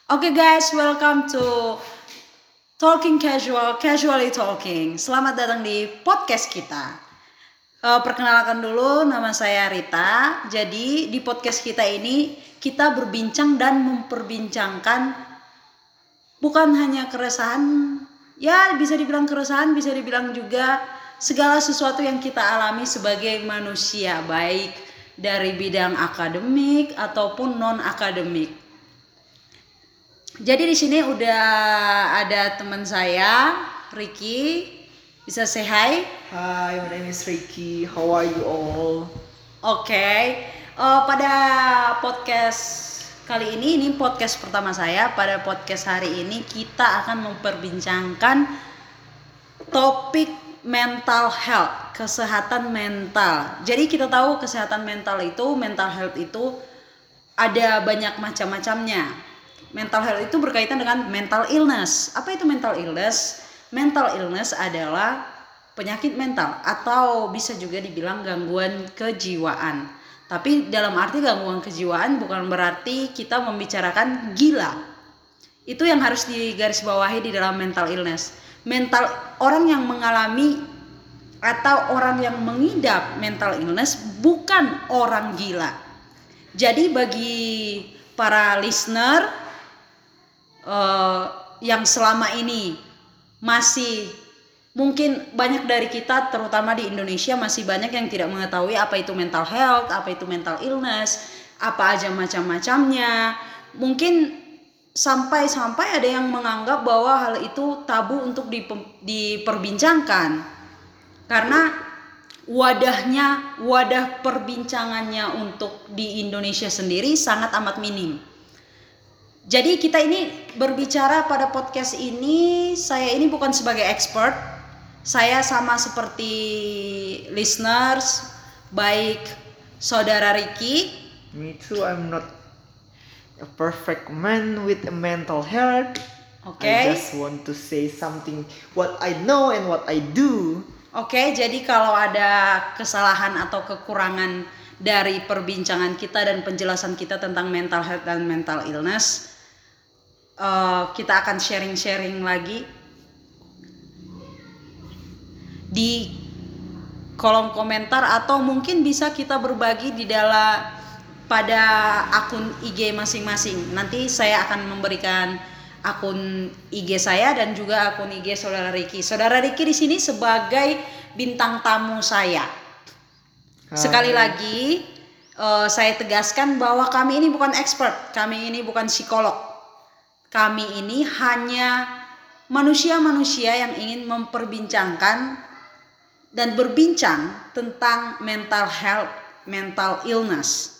Oke guys, welcome to Talking Casual, Casually Talking. Selamat datang di podcast kita. Perkenalkan dulu, nama saya Rita. Jadi di podcast kita ini kita berbincang dan memperbincangkan bukan hanya keresahan, ya bisa dibilang keresahan, bisa dibilang juga segala sesuatu yang kita alami sebagai manusia, baik dari bidang akademik ataupun non akademik. Jadi di sini udah ada teman saya, Ricky. Bisa say hi? Hi, my name is Ricky. How are you all? Oke. Pada podcast kali ini podcast pertama saya. Pada podcast hari ini kita akan memperbincangkan topik mental health, kesehatan mental. Jadi kita tahu kesehatan mental health itu ada banyak macam-macamnya. Mental health itu berkaitan dengan mental illness. Apa itu mental illness? Mental illness adalah penyakit mental atau bisa juga dibilang gangguan kejiwaan. Tapi dalam arti gangguan kejiwaan bukan berarti kita membicarakan gila. Itu yang harus digarisbawahi di dalam mental illness. Mental orang yang mengalami atau orang yang mengidap mental illness bukan orang gila. Jadi bagi para listener yang selama ini masih mungkin banyak dari kita terutama di Indonesia masih banyak yang tidak mengetahui apa itu mental health, apa itu mental illness, apa aja macam-macamnya. Mungkin sampai ada yang menganggap bahwa hal itu tabu untuk diperbincangkan. Karena wadah perbincangannya untuk di Indonesia sendiri sangat amat minim. Jadi kita ini berbicara pada podcast ini, saya ini bukan sebagai expert. Saya sama seperti listeners, baik saudara Ricky. Me too, I'm not a perfect man with a mental health. I just want to say something what I know and what I do. Oke, jadi kalau ada kesalahan atau kekurangan dari perbincangan kita dan penjelasan kita tentang mental health dan mental illness, kita akan sharing lagi di kolom komentar atau mungkin bisa kita berbagi di dalam pada akun IG masing-masing. Nanti saya akan memberikan akun IG saya dan juga akun IG saudara Ricky. Saudara Ricky di sini sebagai bintang tamu saya. Sekali lagi saya tegaskan bahwa kami ini bukan expert, kami ini bukan psikolog. Kami ini hanya manusia-manusia yang ingin memperbincangkan dan berbincang tentang mental health, mental illness.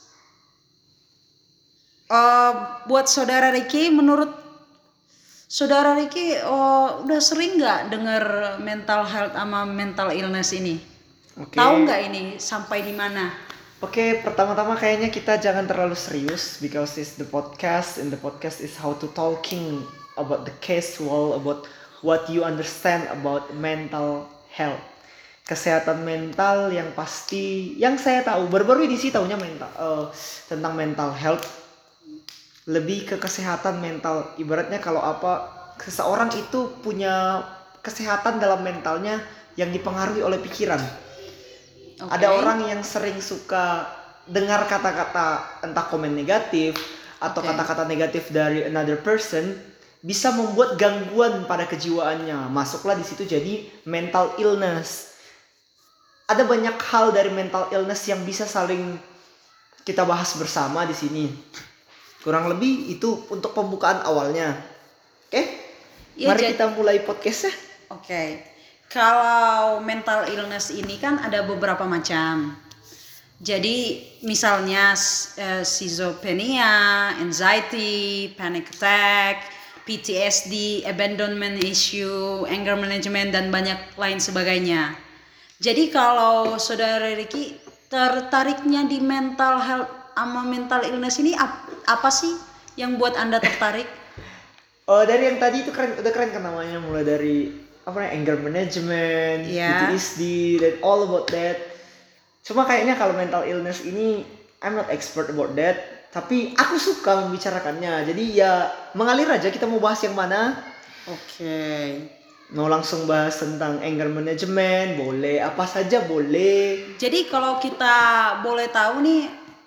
Buat saudara Ricky, menurut saudara Ricky, udah sering nggak dengar mental health sama mental illness ini? Okay. Tahu nggak ini sampai di mana? Oke, pertama-tama kayaknya kita jangan terlalu serius because it's the podcast and the podcast is how to talking about the casual, about what you understand about mental health. Kesehatan mental yang pasti, yang saya tahu baru-baru ini sih tahunya tentang mental health, lebih ke kesehatan mental. Ibaratnya kalau seseorang itu punya kesehatan dalam mentalnya yang dipengaruhi oleh pikiran. Okay. Ada orang yang sering suka dengar kata-kata entah komen negatif atau kata-kata negatif dari another person bisa membuat gangguan pada kejiwaannya. Masuklah di situ jadi mental illness. Ada banyak hal dari mental illness yang bisa saling kita bahas bersama di sini. Kurang lebih itu untuk pembukaan awalnya. Oke? Ya, mari kita mulai podcastnya. Oke. Kalau mental illness ini kan ada beberapa macam. Jadi misalnya schizophrenia, anxiety, panic attack, PTSD, abandonment issue, anger management dan banyak lain sebagainya. Jadi kalau saudara Ricky tertariknya di mental health sama mental illness ini apa sih yang buat Anda tertarik? Dari yang tadi itu udah keren kan namanya, mulai dari anger management, PTSD, dan all about that. Cuma kayaknya kalau mental illness ini I'm not expert about that. Tapi aku suka membicarakannya. Jadi ya mengalir aja, kita mau bahas yang mana. Oke. Mau langsung bahas tentang anger management, boleh. Apa saja boleh. Jadi kalau kita boleh tahu nih,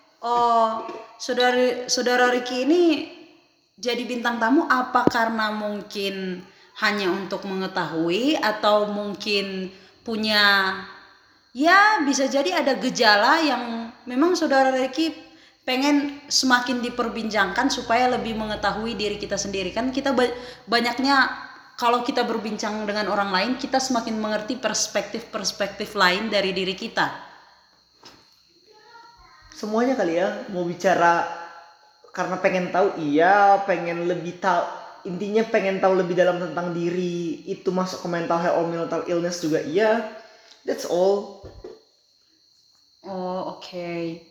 saudara Ricky ini jadi bintang tamu apa karena mungkin hanya untuk mengetahui atau mungkin punya, ya bisa jadi ada gejala yang memang saudara Ricky pengen semakin diperbincangkan supaya lebih mengetahui diri kita sendiri. Kan kita banyaknya kalau kita berbincang dengan orang lain, kita semakin mengerti perspektif-perspektif lain dari diri kita. Semuanya kali ya, mau bicara karena pengen tahu, iya, pengen lebih tahu, intinya pengen tahu lebih dalam tentang diri, itu masuk ke mental health or mental illness juga, iya. That's all. Oh, oke.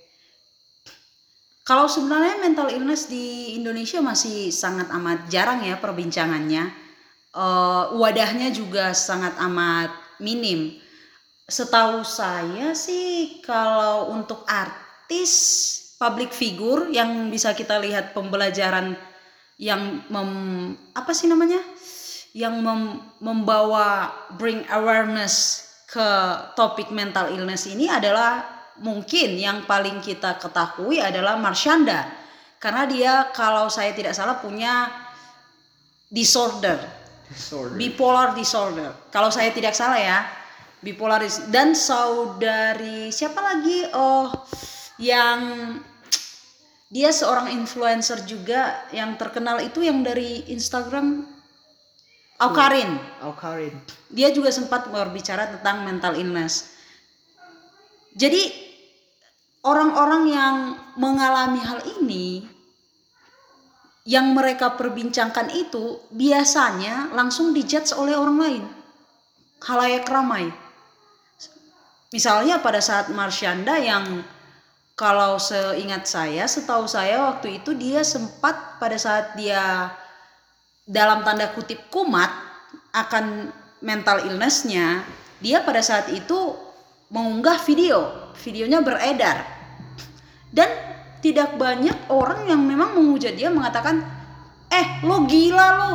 Kalau sebenarnya mental illness di Indonesia masih sangat amat jarang ya perbincangannya. Wadahnya juga sangat amat minim. Setahu saya sih kalau untuk artis public figure yang bisa kita lihat pembelajaran yang apa sih namanya? Yang membawa bring awareness ke topik mental illness ini adalah mungkin yang paling kita ketahui adalah Marshanda. Karena dia kalau saya tidak salah punya bipolar disorder. Kalau saya tidak salah ya, bipolar dan saudari siapa lagi? Oh, yang dia seorang influencer juga yang terkenal itu yang dari Instagram, Aukarin. Dia juga sempat berbicara tentang mental illness. Jadi orang-orang yang mengalami hal ini, yang mereka perbincangkan itu biasanya langsung dijudge oleh orang lain, khalayak ramai. Misalnya pada saat Marshanda yang kalau setahu saya waktu itu dia sempat pada saat dia dalam tanda kutip kumat akan mental illness-nya, dia pada saat itu mengunggah videonya beredar. Dan tidak banyak orang yang memang memuja dia, mengatakan, lo gila lo,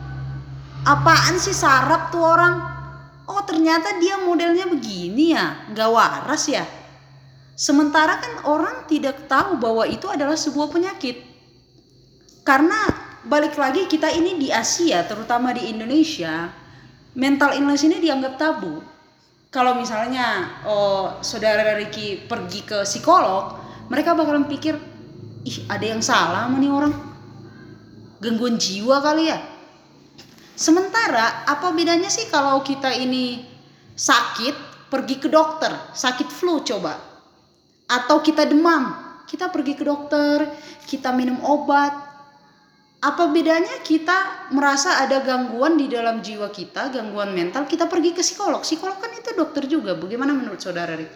apaan sih sarap tuh orang, oh ternyata dia modelnya begini ya, gak waras ya. Sementara kan orang tidak tahu bahwa itu adalah sebuah penyakit. Karena balik lagi kita ini di Asia, terutama di Indonesia, mental illness ini dianggap tabu. Kalau misalnya saudara Ricky pergi ke psikolog, mereka bakalan pikir, ada yang salah sama nih orang, gangguan jiwa kali ya. Sementara apa bedanya sih kalau kita ini sakit pergi ke dokter, sakit flu coba, atau kita demam, kita pergi ke dokter, kita minum obat. Apa bedanya kita merasa ada gangguan di dalam jiwa kita, gangguan mental, kita pergi ke psikolog. Psikolog kan itu dokter juga. Bagaimana menurut saudara Ricky?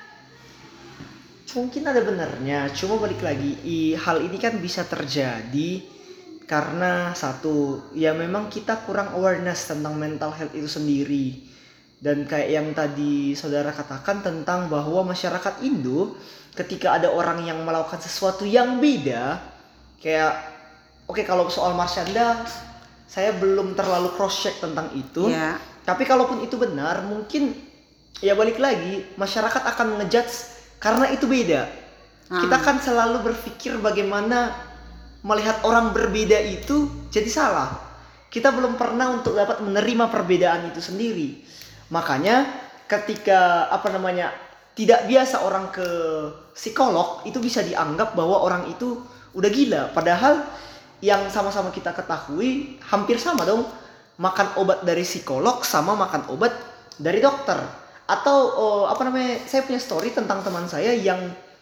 Mungkin ada benarnya, cuma balik lagi, hal ini kan bisa terjadi karena satu, ya memang kita kurang awareness tentang mental health itu sendiri. Dan kayak yang tadi saudara katakan tentang bahwa masyarakat Indo ketika ada orang yang melakukan sesuatu yang beda, kayak oke, kalau soal Marshanda saya belum terlalu cross check tentang itu. Ya. Tapi kalaupun itu benar, mungkin ya balik lagi masyarakat akan ngejudge karena itu beda. Kita kan selalu berpikir bagaimana melihat orang berbeda itu jadi salah. Kita belum pernah untuk dapat menerima perbedaan itu sendiri. Makanya ketika tidak biasa orang ke psikolog, itu bisa dianggap bahwa orang itu udah gila. Padahal yang sama-sama kita ketahui hampir sama dong, makan obat dari psikolog sama makan obat dari dokter. Atau saya punya story tentang teman saya yang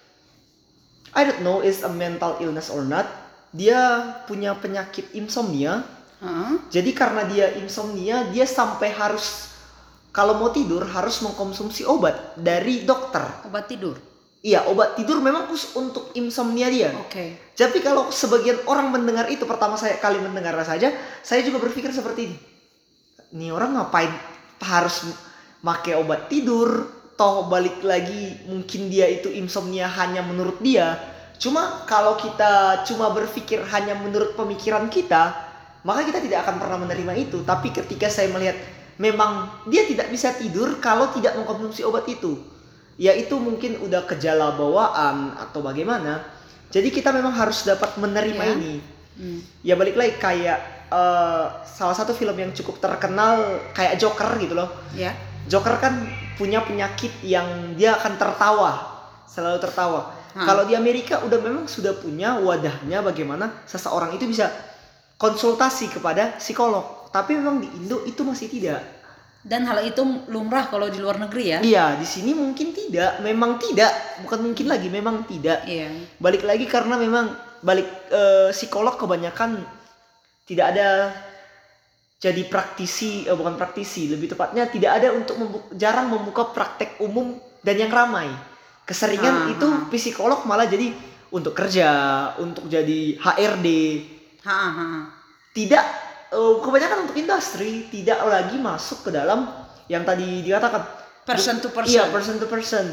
I don't know is a mental illness or not. Dia punya penyakit insomnia. Jadi karena dia insomnia, dia sampai harus kalau mau tidur harus mengkonsumsi obat dari dokter. Obat tidur? Iya, obat tidur memang khusus untuk insomnia dia. Oke. Tapi kalau sebagian orang mendengar itu, pertama saya kali mendengar saja, saya juga berpikir seperti ini. Nih orang ngapain harus pakai obat tidur? Toh balik lagi mungkin dia itu insomnia hanya menurut dia. Cuma kalau kita cuma berpikir hanya menurut pemikiran kita, maka kita tidak akan pernah menerima itu. Tapi ketika saya melihat memang dia tidak bisa tidur kalau tidak mengkonsumsi obat itu, ya itu mungkin udah gejala bawaan atau bagaimana. Jadi kita memang harus dapat menerima ini. Ya balik lagi kayak salah satu film yang cukup terkenal kayak Joker gitu loh. Ya. Joker kan punya penyakit yang dia akan tertawa, selalu tertawa. Kalau di Amerika udah memang sudah punya wadahnya bagaimana seseorang itu bisa konsultasi kepada psikolog. Tapi memang di Indo itu masih tidak. Dan hal itu lumrah kalau di luar negeri ya? Iya, di sini mungkin tidak, memang tidak, bukan mungkin lagi, memang tidak. Iya. Balik lagi karena memang psikolog kebanyakan tidak ada jadi praktisi, bukan praktisi, lebih tepatnya tidak ada untuk jarang membuka praktek umum dan yang ramai. Keseringan itu psikolog malah jadi untuk kerja, untuk jadi HRD. Tidak, kebanyakan untuk industri, tidak lagi masuk ke dalam yang tadi dikatakan person to person. Iya, person to person.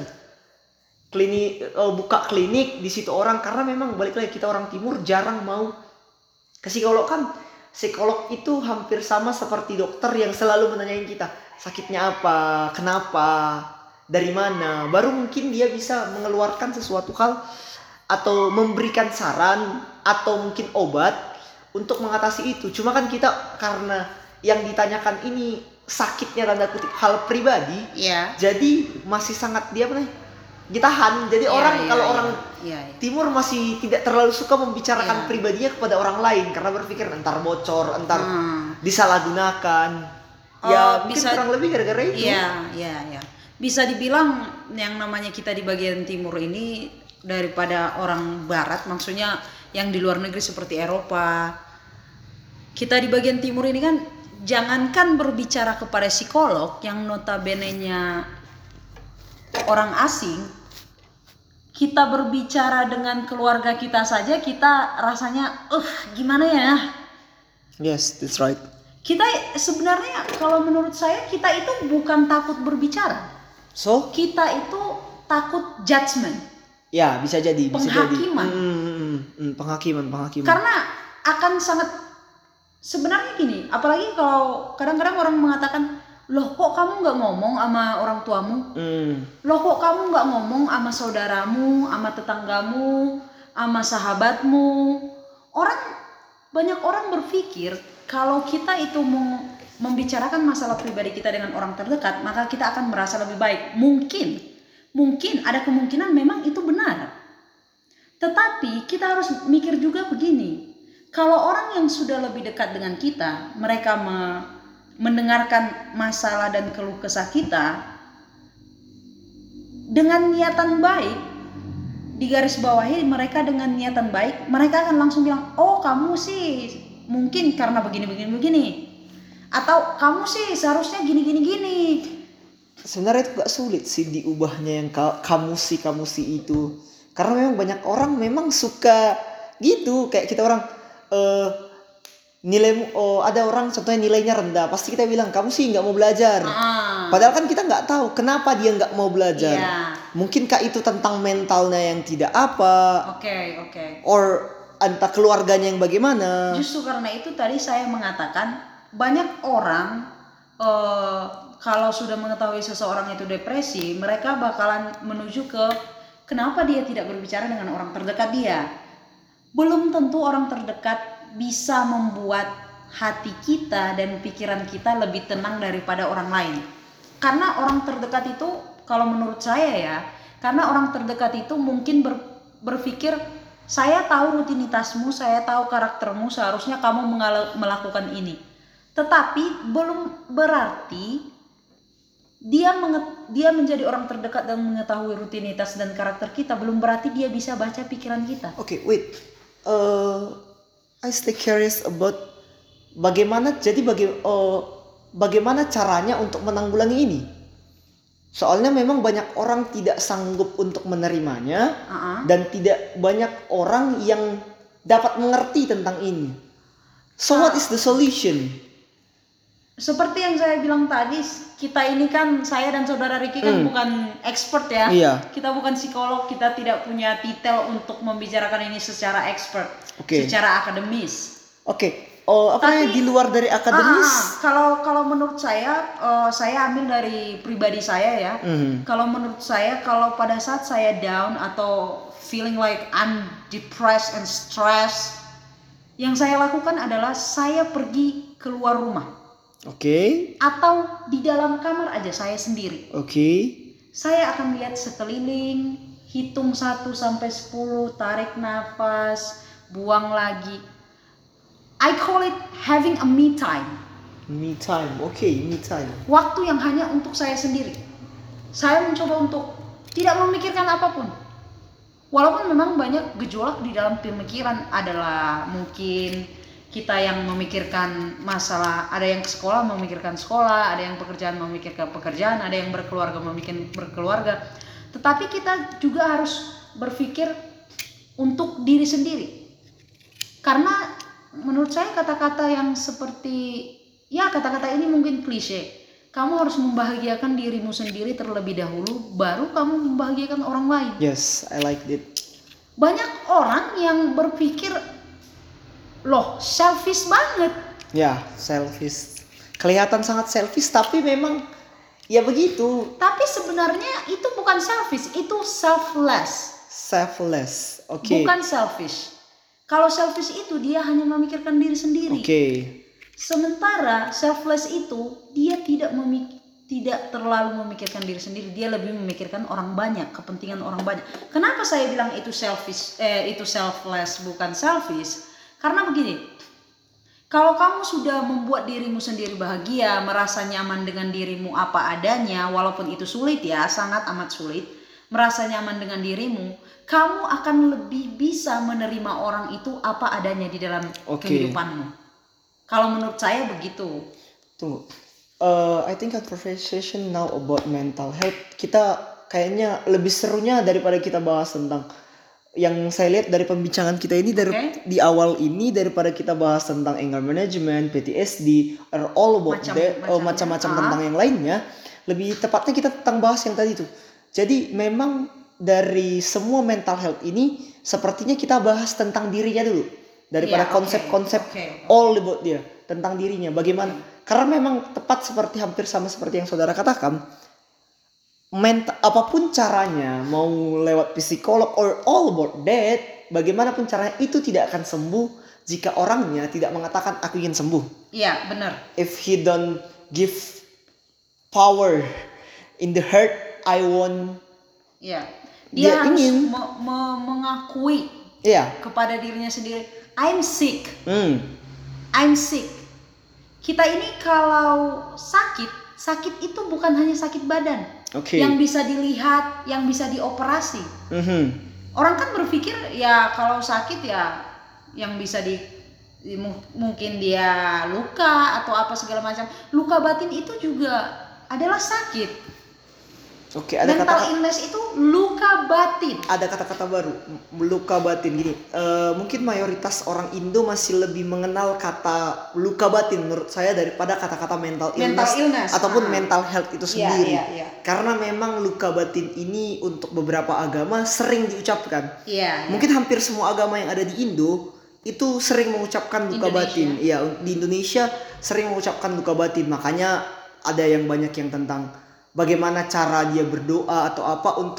Buka klinik di situ orang, karena memang balik lagi kita orang timur jarang mau ke psikolog kan. Psikolog itu hampir sama seperti dokter yang selalu menanyain kita sakitnya apa, kenapa, dari mana, baru mungkin dia bisa mengeluarkan sesuatu hal atau memberikan saran atau mungkin obat untuk mengatasi itu. Cuma kan kita karena yang ditanyakan ini sakitnya tanda kutip hal pribadi, jadi masih sangat ditahan. Jadi orang timur masih tidak terlalu suka membicarakan pribadinya kepada orang lain karena berpikir entar bocor, entar disalahgunakan. Ya mungkin kurang lebih gara-gara itu. Iya. Bisa dibilang yang namanya kita di bagian timur ini daripada orang barat, maksudnya yang di luar negeri seperti Eropa, kita di bagian timur ini kan jangankan berbicara kepada psikolog yang notabene-nya orang asing, kita berbicara dengan keluarga kita saja kita rasanya gimana ya. Yes, that's right. Kita sebenarnya kalau menurut saya kita itu bukan takut berbicara. So? Kita itu takut judgment. Ya, bisa jadi. Penghakiman. Penghakiman. Karena akan sangat, sebenarnya gini, apalagi kalau kadang-kadang orang mengatakan, loh kok kamu nggak ngomong sama orang tuamu? Loh kok kamu nggak ngomong sama saudaramu, sama tetanggamu, sama sahabatmu? Banyak orang berpikir kalau kita itu membicarakan masalah pribadi kita dengan orang terdekat, maka kita akan merasa lebih baik. Mungkin ada kemungkinan memang itu benar. Tetapi kita harus mikir juga begini. Kalau orang yang sudah lebih dekat dengan kita, mereka mendengarkan masalah dan keluh kesah kita dengan niatan baik, di garis bawahi mereka dengan niatan baik, mereka akan langsung bilang, oh kamu sih mungkin karena begini, atau kamu sih seharusnya gini. Sebenarnya itu gak sulit sih diubahnya yang kamu sih itu, karena memang banyak orang memang suka gitu. Kayak kita orang ada orang contohnya nilainya rendah, pasti kita bilang kamu sih nggak mau belajar. Padahal kan kita nggak tahu kenapa dia nggak mau belajar. Mungkinkah itu tentang mentalnya yang tidak apa? Oke. Or entah keluarganya yang bagaimana. Justru karena itu tadi saya mengatakan banyak orang kalau sudah mengetahui seseorang itu depresi, mereka bakalan menuju ke kenapa dia tidak berbicara dengan orang terdekat dia. Belum tentu orang terdekat bisa membuat hati kita dan pikiran kita lebih tenang daripada orang lain. Karena orang terdekat itu, kalau menurut saya ya, karena orang terdekat itu mungkin berpikir, saya tahu rutinitasmu, saya tahu karaktermu, seharusnya kamu melakukan ini. Tetapi belum berarti dia menjadi orang terdekat dan mengetahui rutinitas dan karakter kita, belum berarti dia bisa baca pikiran kita. Okay, wait. I stay curious about bagaimana caranya untuk menanggulangi ini. Soalnya memang banyak orang tidak sanggup untuk menerimanya, dan tidak banyak orang yang dapat mengerti tentang ini. So what is the solution? seperti yang saya bilang tadi, kita ini kan, saya dan saudara Ricky kan bukan expert ya. Iya. Kita bukan psikolog, kita tidak punya titel untuk membicarakan ini secara expert, Oke. secara akademis. Oke. Oh, apa namanya, di luar dari akademis? Kalau menurut saya ambil dari pribadi saya ya. Kalau menurut saya, kalau pada saat saya down atau feeling like I'm depressed and stressed, yang saya lakukan adalah saya pergi keluar rumah. Oke. Atau di dalam kamar aja saya sendiri. Oke. Saya akan lihat sekeliling, hitung 1 sampai 10, tarik nafas, buang lagi. I call it having a me time. Me time. Oke, me time. Waktu yang hanya untuk saya sendiri. Saya mencoba untuk tidak memikirkan apapun. Walaupun memang banyak gejolak di dalam pemikiran, adalah mungkin kita yang memikirkan masalah, ada yang ke sekolah memikirkan sekolah, ada yang pekerjaan memikirkan pekerjaan, ada yang berkeluarga memikirkan berkeluarga. Tetapi kita juga harus berpikir untuk diri sendiri. Karena menurut saya kata-kata yang seperti, ya kata-kata ini mungkin klise. Kamu harus membahagiakan dirimu sendiri terlebih dahulu, baru kamu membahagiakan orang lain. Yes, I like it. Banyak orang yang berpikir, loh, selfish banget. Ya, selfish. Kelihatan sangat selfish, tapi memang ya begitu. Tapi sebenarnya itu bukan selfish, itu selfless. Selfless. Oke. Bukan selfish. Kalau selfish itu dia hanya memikirkan diri sendiri. Oke. Sementara selfless itu dia tidak terlalu memikirkan diri sendiri, dia lebih memikirkan orang banyak, kepentingan orang banyak. Kenapa saya bilang itu selfish, itu selfless bukan selfish? Karena begini, kalau kamu sudah membuat dirimu sendiri bahagia, merasa nyaman dengan dirimu apa adanya, walaupun itu sulit ya, sangat amat sulit, merasa nyaman dengan dirimu, kamu akan lebih bisa menerima orang itu apa adanya di dalam kehidupanmu. Kalau menurut saya begitu. Tunggu. I think our conversation now about mental health, kita kayaknya lebih serunya daripada kita bahas tentang yang saya lihat dari pembincangan kita ini dari di awal ini, daripada kita bahas tentang anger management, PTSD, or all about macam-macam tentang yang lainnya. Lebih tepatnya kita tentang bahas yang tadi itu. Jadi memang dari semua mental health ini sepertinya kita bahas tentang dirinya dulu, daripada konsep-konsep all about dia, tentang dirinya bagaimana. Karena memang tepat seperti hampir sama seperti yang saudara katakan, apapun caranya, mau lewat psikolog or all about that, bagaimanapun caranya itu tidak akan sembuh jika orangnya tidak mengatakan aku ingin sembuh. Iya, benar. If he don't give power in the heart, I want. Iya. Dia harus ingin mengakui kepada dirinya sendiri, I'm sick. I'm sick. Kita ini kalau sakit itu bukan hanya sakit badan. Yang bisa dilihat, yang bisa dioperasi. Orang kan berpikir ya kalau sakit ya yang bisa mungkin dia luka atau apa segala macam. Luka batin itu juga adalah sakit. Ada mental illness itu luka batin. Ada kata-kata baru, luka batin gini. Mungkin mayoritas orang Indo masih lebih mengenal kata luka batin menurut saya daripada kata-kata mental illness ataupun mental health itu sendiri. Karena memang luka batin ini untuk beberapa agama sering diucapkan. Mungkin hampir semua agama yang ada di Indo itu sering mengucapkan luka batin. Iya, di Indonesia sering mengucapkan luka batin. Makanya ada yang banyak yang tentang bagaimana cara dia berdoa atau apa untuk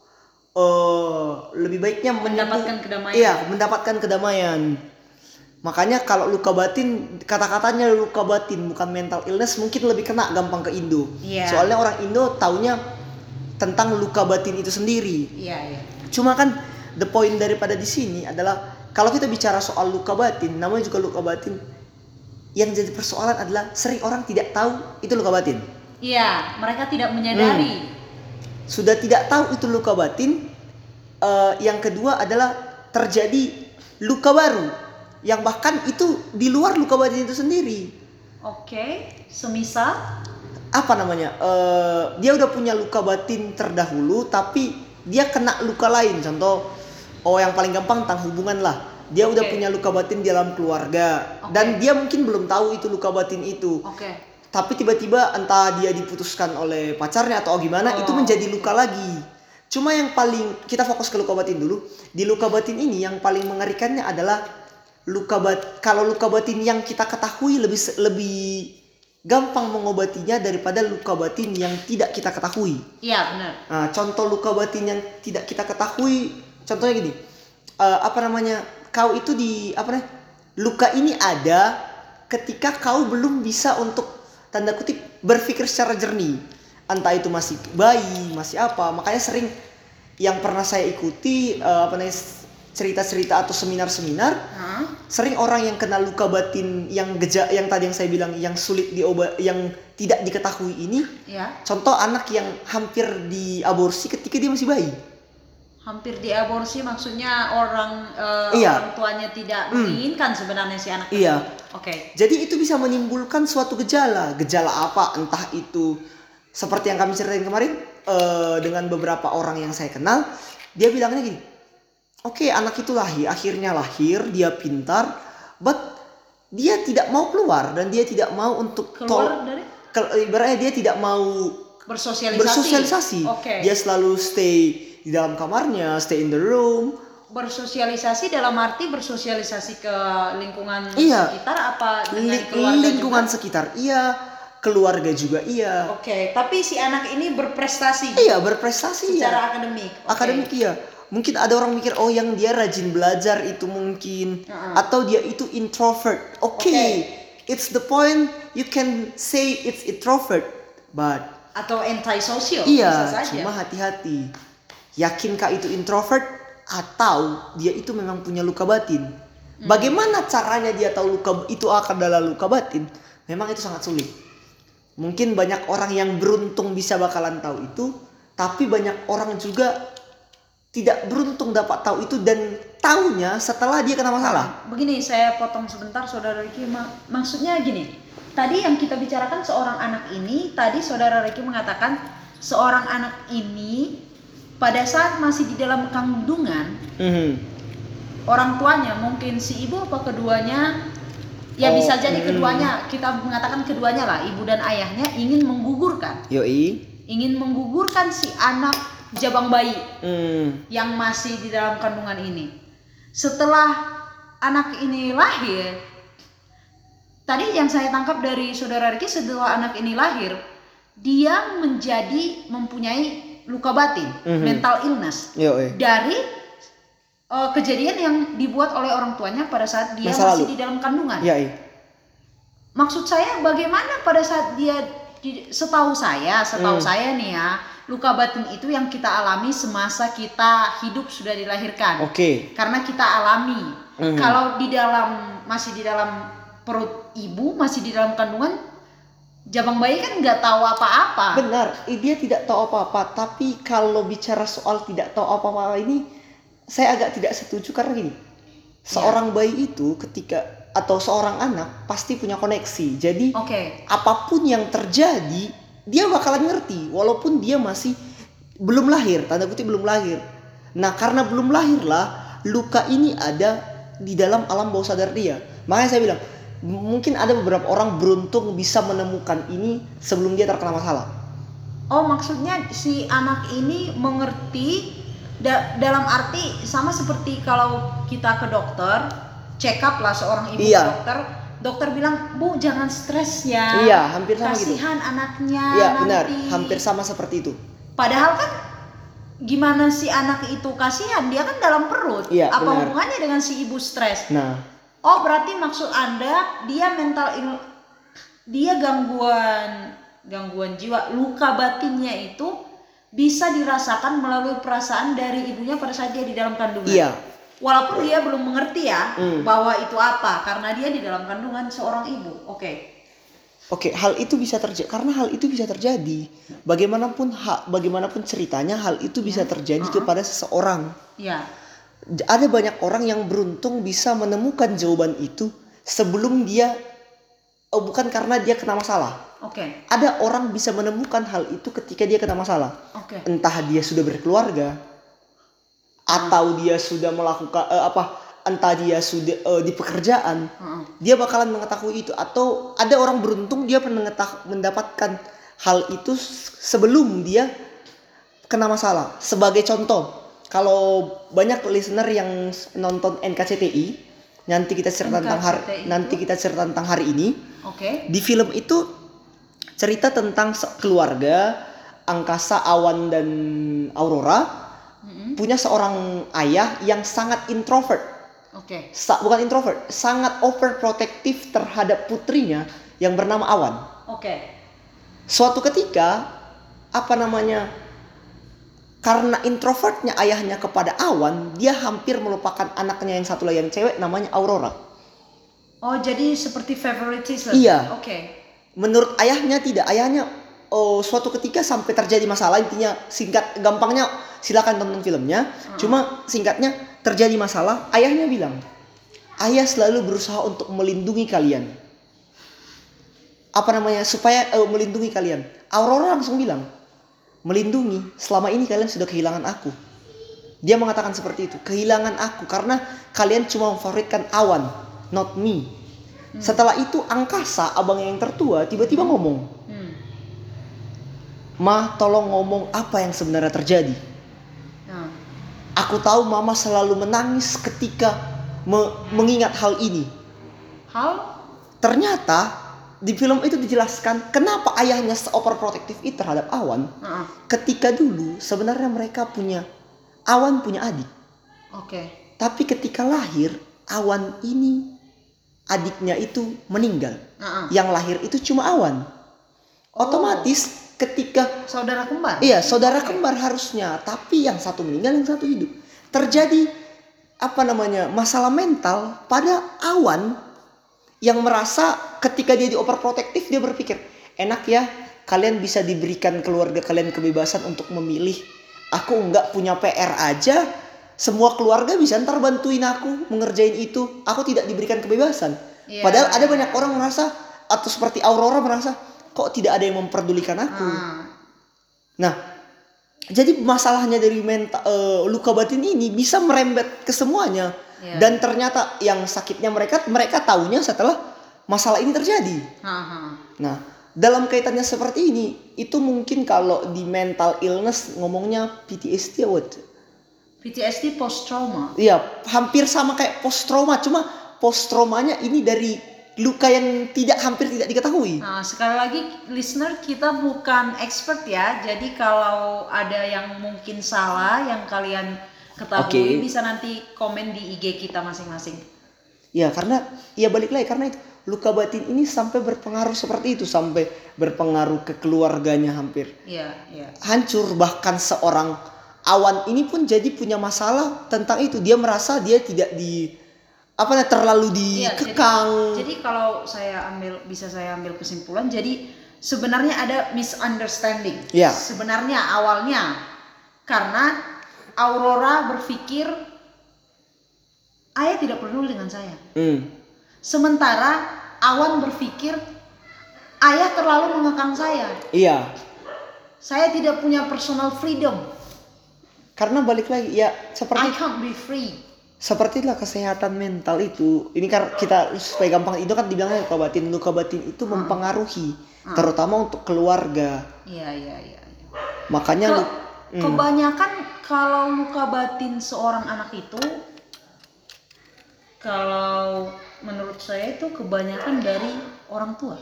lebih baiknya mendapatkan kedamaian. Iya, mendapatkan kedamaian. Makanya kalau luka batin, kata-katanya luka batin bukan mental illness, mungkin lebih kena gampang ke Indo. Soalnya orang Indo taunya tentang luka batin itu sendiri. Cuma kan the point daripada di sini adalah kalau kita bicara soal luka batin, namanya juga luka batin, yang jadi persoalan adalah sering orang tidak tahu itu luka batin. Iya, mereka tidak menyadari. Sudah tidak tahu itu luka batin. Yang kedua adalah terjadi luka baru, yang bahkan itu di luar luka batin itu sendiri. Semisal apa namanya? Dia udah punya luka batin terdahulu, tapi dia kena luka lain. Contoh, yang paling gampang tentang hubungan lah. Dia udah punya luka batin di dalam keluarga, dan dia mungkin belum tahu itu luka batin itu. tapi tiba-tiba entah dia diputuskan oleh pacarnya atau gimana, itu menjadi luka lagi. Cuma yang paling kita fokus ke luka batin dulu. Di luka batin ini yang paling mengerikannya adalah kalau luka batin yang kita ketahui lebih gampang mengobatinya daripada luka batin yang tidak kita ketahui. Iya, benar. Nah, contoh luka batin yang tidak kita ketahui, contohnya gini. Kau itu luka ini ada ketika kau belum bisa untuk tanda kutip berpikir secara jernih. Entah itu masih bayi, masih apa. Makanya sering yang pernah saya ikuti cerita-cerita atau seminar-seminar, sering orang yang kena luka batin yang tadi yang saya bilang yang sulit yang tidak diketahui ini. Ya. Contoh anak yang hampir diaborsi ketika dia masih bayi. Hampir diaborsi maksudnya orang tuanya tidak menginginkan sebenarnya si anak tersebut. Iya. Oke. Jadi itu bisa menimbulkan suatu gejala apa, entah itu seperti yang kami ceritain kemarin dengan beberapa orang yang saya kenal, dia bilangnya gini, oke, anak itu akhirnya lahir, dia pintar, but dia tidak mau keluar dan dia tidak mau untuk ibaratnya dia tidak mau bersosialisasi. Okay. Dia selalu stay di dalam kamarnya, stay in the room. Bersosialisasi dalam arti bersosialisasi ke lingkungan sekitar apa dengan keluarga lingkungan juga? Sekitar keluarga juga iya. Oke, tapi si anak ini berprestasi. Iya, berprestasi secara akademik. Akademik iya. Mungkin ada orang mikir yang dia rajin belajar itu mungkin atau dia itu introvert. Oke. It's the point you can say it's introvert, but atau antisocial iya, bisa saja. Cuma hati-hati. Yakinkah itu introvert atau dia itu memang punya luka batin? Bagaimana caranya dia tahu luka itu adalah luka batin? Memang itu sangat sulit. Mungkin banyak orang yang beruntung bisa bakalan tahu itu, tapi banyak orang juga tidak beruntung dapat tahu itu dan tahunya setelah dia kena masalah. Begini, saya potong sebentar Saudara Ricky. Maksudnya gini, tadi yang kita bicarakan seorang anak ini, tadi Saudara Ricky mengatakan seorang anak ini pada saat masih di dalam kandungan, orang tuanya mungkin si ibu apa keduanya, ya bisa jadi keduanya, kita mengatakan keduanya lah, ibu dan ayahnya ingin menggugurkan. Ingin menggugurkan si anak jabang bayi yang masih di dalam kandungan ini. Setelah anak ini lahir, tadi yang saya tangkap dari Saudara Ricky, setelah anak ini lahir, dia mempunyai luka batin, mental illness dari kejadian yang dibuat oleh orang tuanya pada saat dia masih di dalam kandungan. Maksud saya bagaimana pada saat dia setahu saya nih ya, luka batin itu yang kita alami semasa kita hidup sudah dilahirkan. Karena kita alami. Kalau masih di dalam perut ibu, masih di dalam kandungan, jabang bayi kan nggak tahu apa-apa. Benar, dia tidak tahu apa-apa. Tapi kalau bicara soal tidak tahu apa-apa ini, saya agak tidak setuju karena gini. Seorang bayi itu atau seorang anak pasti punya koneksi. Jadi apapun yang terjadi, dia bakalan ngerti walaupun dia masih belum lahir, tanda kutip belum lahir. Nah, karena belum lahirlah luka ini ada di dalam alam bawah sadar dia. Makanya saya bilang, mungkin ada beberapa orang beruntung bisa menemukan ini sebelum dia terkena masalah. Maksudnya si anak ini mengerti dalam arti sama seperti kalau kita ke dokter, check up lah seorang ibu ke dokter bilang, "Bu, jangan stres ya." Iya, hampir sama gitu. Kasihan anaknya nanti. Benar, hampir sama seperti itu. Padahal kan gimana si anak itu kasihan, dia kan dalam perut. Apa hubungannya dengan si ibu stres? Nah, berarti maksud Anda dia gangguan jiwa, luka batinnya itu bisa dirasakan melalui perasaan dari ibunya pada saat dia di dalam kandungan. Walaupun dia belum mengerti bahwa itu apa, karena dia di dalam kandungan seorang ibu. Hal itu bisa terjadi karena hal itu bisa terjadi. Bagaimanapun ceritanya, hal itu bisa terjadi kepada seseorang. Ada banyak orang yang beruntung bisa menemukan jawaban itu sebelum dia bukan karena dia kena masalah. Ada orang bisa menemukan hal itu ketika dia kena masalah. Entah dia sudah berkeluarga atau dia sudah melakukan entah dia sudah di pekerjaan, dia bakalan mengetahui itu. Atau ada orang beruntung dia mendapatkan hal itu sebelum dia kena masalah. Sebagai contoh, kalau banyak listener yang nonton NKCTI, nanti kita cerita tentang hari ini. Oke. Di film itu cerita tentang keluarga angkasa, Awan dan Aurora punya seorang ayah yang sangat introvert. Oke. Bukan introvert, sangat overprotective terhadap putrinya yang bernama Awan. Oke. Suatu ketika, karena introvertnya ayahnya kepada Awan, dia hampir melupakan anaknya yang satu lagi yang cewek namanya Aurora. Oh, jadi seperti favoritism. Iya. Oke. Menurut ayahnya tidak. Ayahnya suatu ketika sampai terjadi masalah, intinya gampangnya silakan tonton filmnya. Cuma singkatnya terjadi masalah, ayahnya bilang, ayah selalu berusaha untuk melindungi kalian. Supaya melindungi kalian. Aurora langsung bilang, melindungi, selama ini kalian sudah kehilangan aku. Dia mengatakan seperti itu, kehilangan aku karena kalian cuma memfavoritkan Awan, not me. Setelah itu angkasa, abang yang tertua, tiba-tiba ngomong, Ma, tolong ngomong apa yang sebenarnya terjadi. Aku tahu mama selalu menangis ketika mengingat hal ini. Ternyata di film itu dijelaskan kenapa ayahnya overprotective itu terhadap Awan. Ketika dulu sebenarnya Awan punya adik. Oke. Tapi ketika lahir, Awan ini adiknya itu meninggal. Yang lahir itu cuma Awan. Otomatis ketika saudara kembar. Iya, saudara kembar harusnya, tapi yang satu meninggal, yang satu hidup. Terjadi masalah mental pada Awan yang merasa ketika dia di overprotective, dia berpikir, enak ya, kalian bisa diberikan keluarga kalian kebebasan untuk memilih. Aku enggak punya PR aja, semua keluarga bisa ntar bantuin aku mengerjain itu. Aku tidak diberikan kebebasan. Padahal ada banyak orang merasa, atau seperti Aurora merasa, kok tidak ada yang memperdulikan aku. Nah, jadi masalahnya dari luka batin ini bisa merembet ke semuanya. Dan ternyata yang sakitnya mereka tahunya setelah masalah ini terjadi. Nah, dalam kaitannya seperti ini, itu mungkin kalau di mental illness ngomongnya PTSD what? PTSD post trauma. Iya, hampir sama kayak post trauma, cuma post traumanya ini dari luka yang hampir tidak diketahui. Nah, sekali lagi listener, kita bukan expert ya. Jadi kalau ada yang mungkin salah yang kalian ketahui, bisa nanti komen di IG kita masing-masing. Ya, karena balik lagi karena itu luka batin ini sampai berpengaruh seperti itu, sampai berpengaruh ke keluarganya hampir. Iya. Hancur, bahkan seorang Awan ini pun jadi punya masalah tentang itu. Dia merasa dia tidak terlalu dikekang. Jadi kalau bisa saya ambil kesimpulan, jadi sebenarnya ada misunderstanding. Sebenarnya awalnya karena Aurora berpikir ayah tidak peduli dengan saya. Sementara Awan berpikir ayah terlalu mengekang saya. Iya. Saya tidak punya personal freedom. Karena balik lagi seperti I can't be free. Sepertilah kesehatan mental itu. Ini kan kita supaya gampang, itu kan dibilangnya luka batin itu mempengaruhi terutama untuk keluarga. Iya. Makanya kebanyakan kalau luka batin seorang anak itu, kalau menurut saya itu kebanyakan dari orang tua.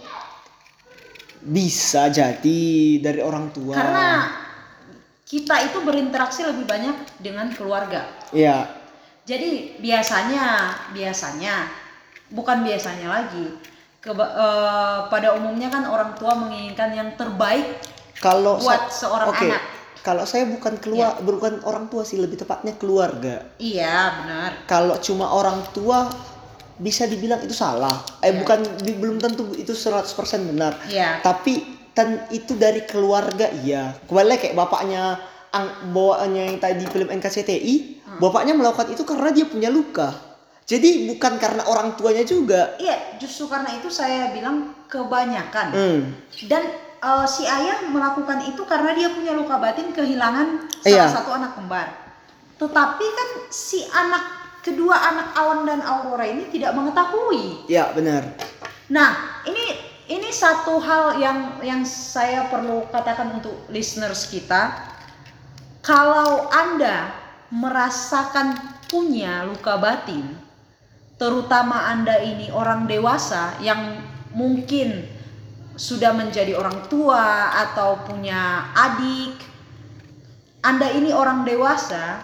Bisa jadi dari orang tua. Karena kita itu berinteraksi lebih banyak dengan keluarga. Iya. Jadi biasanya bukan biasanya lagi. Pada umumnya kan orang tua menginginkan yang terbaik buat seorang anak. Kalau saya bukan orang tua sih, lebih tepatnya keluarga. Iya, benar. Kalau cuma orang tua bisa dibilang itu salah. Belum tentu itu 100% benar. Iya. Tapi itu dari keluarga, iya. Kembali kayak bapaknya yang tadi film NKCTI, bapaknya melakukan itu karena dia punya luka. Jadi bukan karena orang tuanya juga. Iya, justru karena itu saya bilang kebanyakan. Dan si ayah melakukan itu karena dia punya luka batin kehilangan salah satu anak kembar. Tetapi kan si anak kedua anak Awan dan Aurora ini tidak mengetahui. Ya, benar. Nah, ini satu hal yang saya perlu katakan untuk listeners kita. Kalau Anda merasakan punya luka batin, terutama Anda ini orang dewasa yang mungkin sudah menjadi orang tua atau punya adik, Anda ini orang dewasa,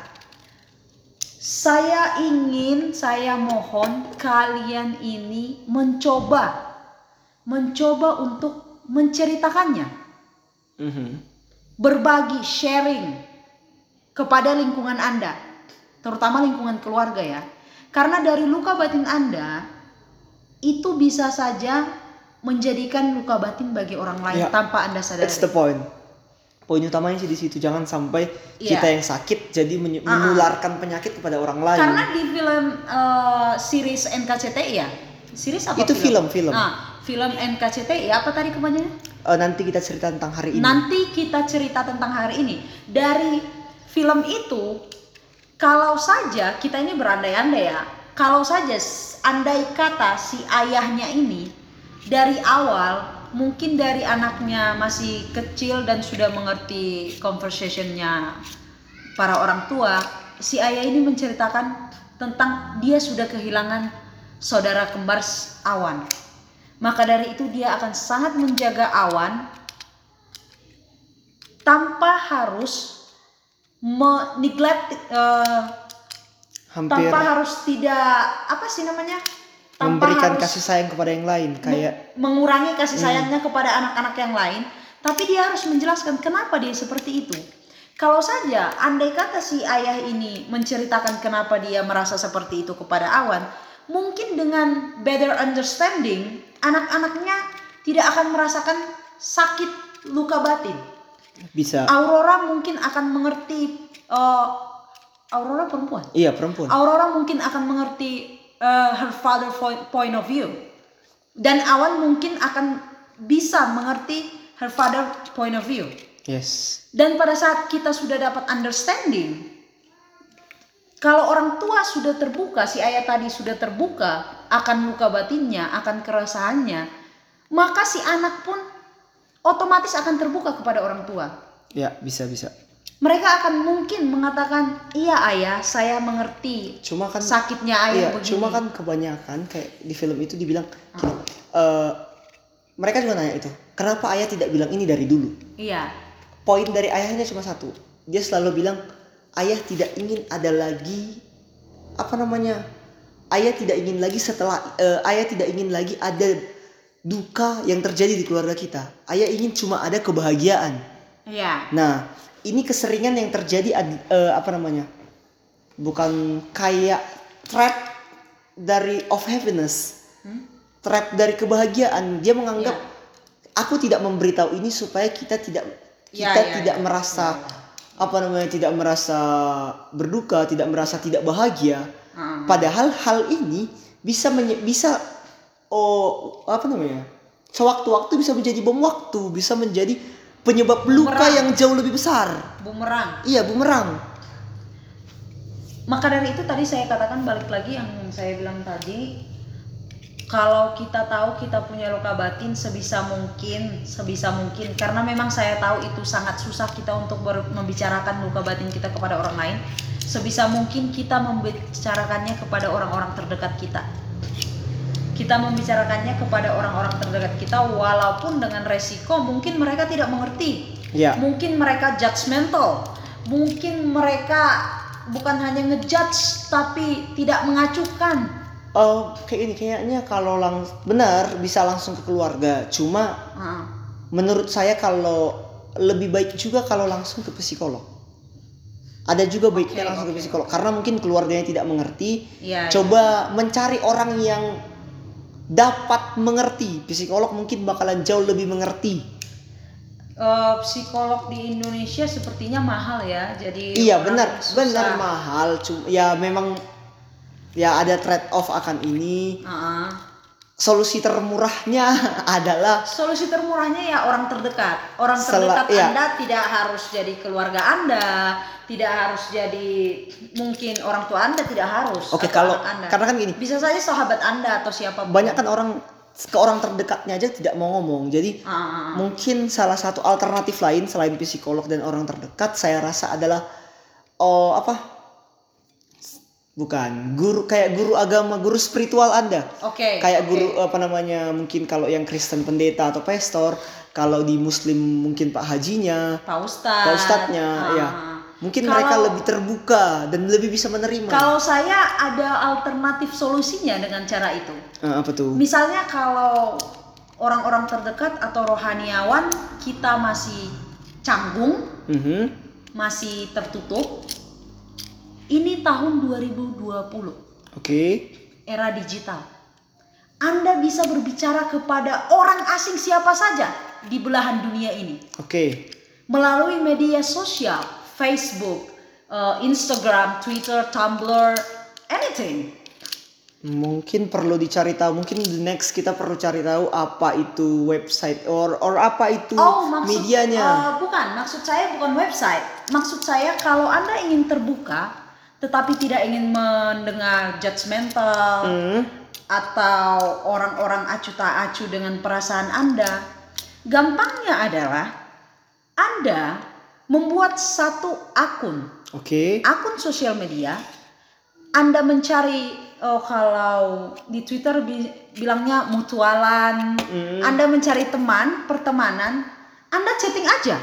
saya mohon kalian ini mencoba untuk menceritakannya, berbagi, sharing kepada lingkungan Anda, terutama lingkungan keluarga ya. Karena dari luka batin Anda itu bisa saja menjadikan luka batin bagi orang lain tanpa Anda sadari. That's the point. Poin utamanya sih di situ, jangan sampai kita yang sakit jadi menularkan penyakit kepada orang lain. Karena di film series NKCTI ya, series apa? Itu film. Film NKCTI apa tadi kepanjangannya? Nanti kita cerita tentang hari ini. Dari film itu, kalau saja kita ini berandai-andai ya, kalau saja andai kata si ayahnya ini dari awal, mungkin dari anaknya masih kecil dan sudah mengerti conversationnya para orang tua, si ayah ini menceritakan tentang dia sudah kehilangan saudara kembar Awan. Maka dari itu dia akan sangat menjaga Awan tanpa harus tanpa harus memberikan kasih sayang kepada yang lain, kayak mengurangi kasih sayangnya kepada anak-anak yang lain, tapi dia harus menjelaskan kenapa dia seperti itu. Kalau saja andai kata si ayah ini menceritakan kenapa dia merasa seperti itu kepada Awan, mungkin dengan better understanding anak-anaknya tidak akan merasakan sakit luka batin. Bisa. Aurora mungkin akan mengerti. Aurora perempuan. Iya, perempuan. Aurora mungkin akan mengerti her father point of view, dan Awan mungkin akan bisa mengerti her father point of view. Yes. Dan pada saat kita sudah dapat understanding, kalau orang tua sudah terbuka, si ayah tadi sudah terbuka akan luka batinnya, akan keresahannya, maka si anak pun otomatis akan terbuka kepada orang tua. Ya, bisa. Mereka akan mungkin mengatakan, iya ayah, saya mengerti. Cuma kan sakitnya ayah begini. Cuma kan kebanyakan kayak di film itu dibilang gini, mereka juga nanya itu, kenapa ayah tidak bilang ini dari dulu? Iya. Poin dari ayahnya cuma satu, dia selalu bilang ayah tidak ingin ada lagi ayah tidak ingin lagi ada duka yang terjadi di keluarga kita. Ayah ingin cuma ada kebahagiaan. Iya. Nah, ini keseringan yang terjadi bukan kayak trap of happiness, trap dari kebahagiaan. Dia menganggap aku tidak memberitahu ini supaya kita tidak merasa tidak merasa berduka, tidak merasa tidak bahagia. Padahal hal ini bisa sewaktu-waktu bisa menjadi bom waktu, bisa menjadi penyebab luka yang jauh lebih besar. Bumerang. Iya, bumerang. Maka dari itu tadi saya katakan, balik lagi yang saya bilang tadi, kalau kita tahu kita punya luka batin, sebisa mungkin karena memang saya tahu itu sangat susah kita untuk membicarakan luka batin kita kepada orang lain, sebisa mungkin kita membicarakannya kepada orang-orang terdekat kita. Kita membicarakannya kepada orang-orang terdekat kita, walaupun dengan resiko mungkin mereka tidak mengerti. Mungkin mereka judgmental, mungkin mereka bukan hanya ngejudge tapi tidak mengacuhkan. Kayaknya kalau benar bisa langsung ke keluarga. Cuma menurut saya kalau lebih baik juga kalau langsung ke psikolog. Ada juga baiknya langsung ke psikolog, karena mungkin keluarganya tidak mengerti. Coba mencari orang yang dapat mengerti. Psikolog mungkin bakalan jauh lebih mengerti. Psikolog di Indonesia sepertinya mahal ya, jadi benar mahal. Ya memang ada trade off akan ini. solusi termurahnya adalah Solusi termurahnya ya orang terdekat. Orang Sela- terdekat iya. Anda tidak harus jadi keluarga Anda, tidak harus jadi mungkin orang tua Anda, tidak harus. Oke, atau kalau anak Anda. karena kan gini, Bisa saja sahabat Anda atau siapapun. banyak kan orang ke orang terdekatnya aja tidak mau ngomong. Jadi mungkin salah satu alternatif lain selain psikolog dan orang terdekat saya rasa adalah bukan guru, kayak guru agama, guru spiritual Anda. Oke. Kayak guru mungkin kalau yang Kristen pendeta atau pastor, kalau di Muslim mungkin Pak Hajinya, Pak Ustadz. Pak Ustadznya, ya. Mungkin mereka lebih terbuka dan lebih bisa menerima. Kalau saya ada alternatif solusinya dengan cara itu. Apa tuh? Misalnya kalau orang-orang terdekat atau rohaniawan kita masih canggung, masih tertutup. Ini tahun 2020. Oke. Era digital. Anda bisa berbicara kepada orang asing siapa saja di belahan dunia ini. Oke. Melalui media sosial, Facebook, Instagram, Twitter, Tumblr, anything. Mungkin perlu dicari tahu. Mungkin the next kita perlu cari tahu apa itu website or apa itu medianya. Bukan, maksud saya bukan website. Maksud saya kalau Anda ingin terbuka, tetapi tidak ingin mendengar judgmental atau orang-orang acuh tak acuh dengan perasaan Anda, gampangnya adalah Anda membuat satu akun. Oke. Akun sosial media. Anda mencari kalau di Twitter bilangnya mutualan. Anda mencari teman, pertemanan. Anda chatting aja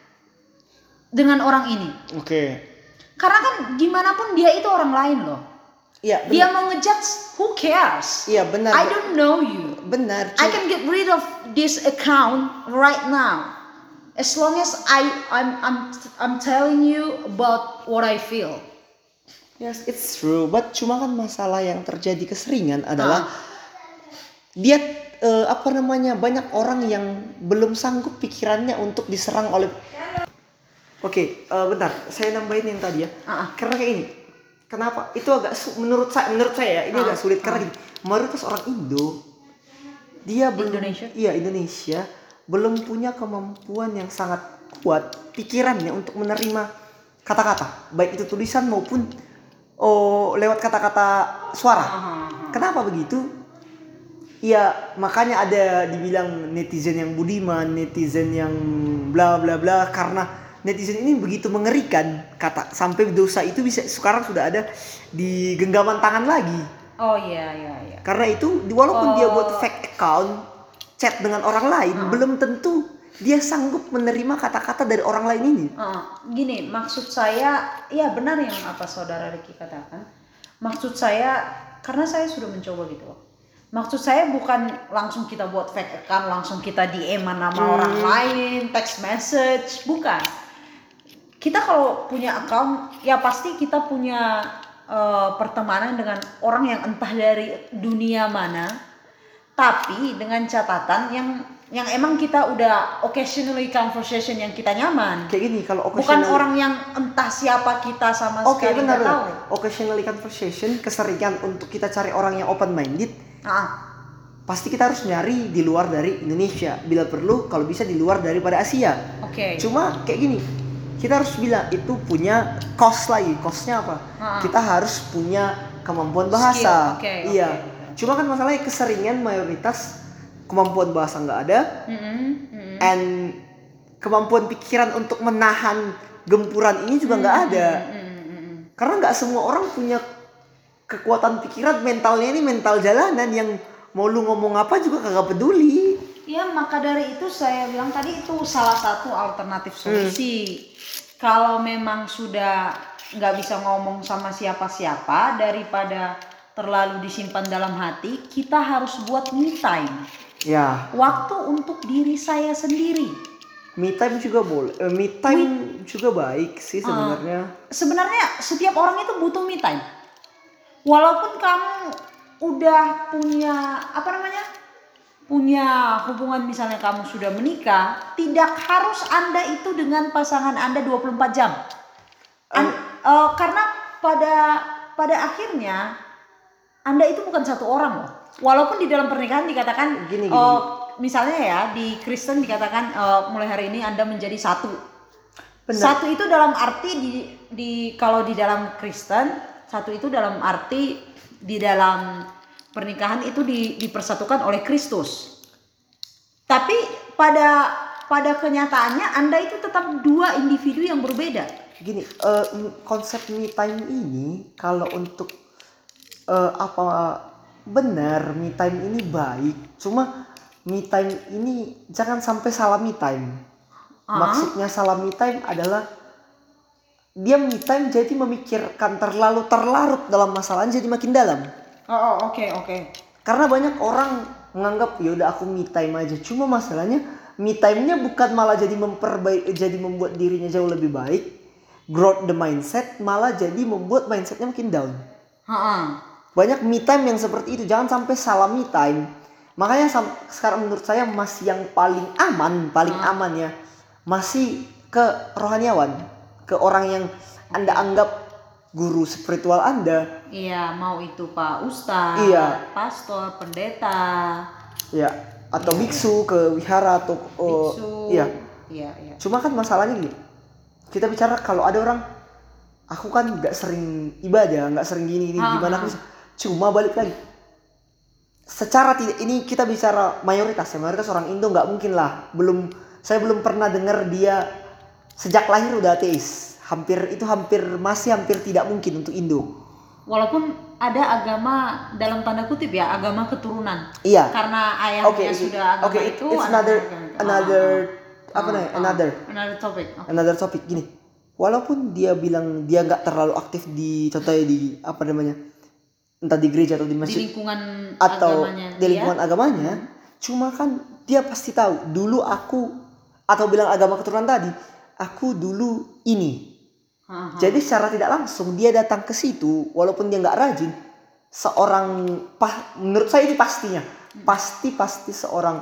dengan orang ini. Oke. Karena kan gimana pun dia itu orang lain loh. Iya. Dia mau ngejudge, who cares? Iya benar. I don't know you. Benar. I can get rid of this account right now. As long as I'm telling you about what I feel. Yes, it's true. But cuma kan masalah yang terjadi keseringan adalah dia banyak orang yang belum sanggup pikirannya untuk diserang oleh. Oke, bentar. Saya nambahin yang tadi ya. Karena kayak ini. Kenapa? Itu agak menurut saya ya, ini agak sulit karena gini. Mayoritas orang Indo dia belum Indonesia belum punya kemampuan yang sangat kuat pikirannya untuk menerima kata-kata, baik itu tulisan maupun lewat kata-kata suara. Kenapa begitu? Ya makanya ada dibilang netizen yang budiman, netizen yang bla bla bla, karena netizen ini begitu mengerikan kata sampai dosa itu bisa sekarang sudah ada di genggaman tangan lagi. Oh iya. Karena itu walaupun dia buat fake account chat dengan orang lain, belum tentu dia sanggup menerima kata-kata dari orang lain ini. Gini, maksud saya, ya benar yang apa saudara Ricky katakan. Maksud saya, karena saya sudah mencoba gitu loh. Maksud saya bukan langsung kita buat fake account, langsung kita DM-an nama orang lain, text message, bukan. Kita kalau punya account, ya pasti kita punya pertemanan dengan orang yang entah dari dunia mana, tapi dengan catatan yang emang kita udah occasionally conversation yang kita nyaman. Kayak gini kalau bukan orang yang entah siapa kita sama sekali nggak tahu. Occasionally conversation, keseringan untuk kita cari orang yang open minded. Pasti kita harus nyari di luar dari Indonesia. Bila perlu kalau bisa di luar daripada Asia. Cuma kayak gini, kita harus bilang itu punya cost lagi. Costnya apa? Kita harus punya kemampuan bahasa. Cuma kan masalahnya keseringan mayoritas kemampuan bahasa nggak ada, and kemampuan pikiran untuk menahan gempuran ini juga nggak ada. Karena nggak semua orang punya kekuatan pikiran, mentalnya ini mental jalanan yang mau lu ngomong apa juga kagak peduli. Ya maka dari itu saya bilang tadi itu salah satu alternatif solusi. Kalau memang sudah nggak bisa ngomong sama siapa-siapa, daripada terlalu disimpan dalam hati, kita harus buat me time. Ya. Waktu untuk diri saya sendiri. Me time juga boleh. Me time juga baik sih sebenarnya. Sebenarnya setiap orang itu butuh me time. Walaupun kamu udah punya hubungan, misalnya kamu sudah menikah, tidak harus Anda itu dengan pasangan Anda 24 jam. Karena pada akhirnya Anda itu bukan satu orang loh. walaupun di dalam pernikahan dikatakan Gini. misalnya ya di Kristen dikatakan mulai hari ini Anda menjadi satu. Benar. Satu itu dalam arti kalau di dalam Kristen, satu itu dalam arti di dalam pernikahan itu dipersatukan oleh Kristus. Tapi pada kenyataannya Anda itu tetap dua individu yang berbeda. Gini, konsep me time ini kalau untuk benar me time ini baik, cuma me time ini jangan sampai salah me time. Maksudnya salah me time adalah dia me time jadi memikirkan terlalu terlarut dalam masalahnya jadi makin dalam. Oke. Karena banyak orang menganggap ya udah aku me time aja. Cuma masalahnya me time-nya bukan malah jadi jadi membuat dirinya jauh lebih baik. Growth the mindset malah jadi membuat mindsetnya makin down. Banyak me time yang seperti itu. Jangan sampai salah me time. Makanya sekarang menurut saya masih yang paling aman ya, masih ke rohaniawan, ke orang yang Anda anggap guru spiritual Anda. Iya, mau itu Pak Ustadz, Iya. pastor, pendeta. Ya, atau biksu ke wihara atau Biksu. Iya. Iya. Cuma kan masalahnya gini. Kita bicara kalau ada orang, aku kan nggak sering ibadah, nggak sering gini gimana aku bisa. Cuma balik lagi. Secara tidak, ini kita bicara mayoritas orang Indo nggak mungkin lah. Saya belum pernah dengar dia sejak lahir udah ateis. Masih hampir tidak mungkin untuk Indo. Walaupun ada agama dalam tanda kutip ya, agama keturunan. Iya. Karena ayahnya sudah agama itu. It's another topic. Another topic gini. Walaupun dia bilang dia nggak terlalu aktif di contohnya di entah di gereja atau di masjid di lingkungan atau agamanya di lingkungan agamanya, cuma kan dia pasti tahu dulu aku atau bilang agama keturunan tadi, aku dulu ini. Jadi secara tidak langsung dia datang ke situ walaupun dia nggak rajin. Menurut saya ini pastinya pasti seorang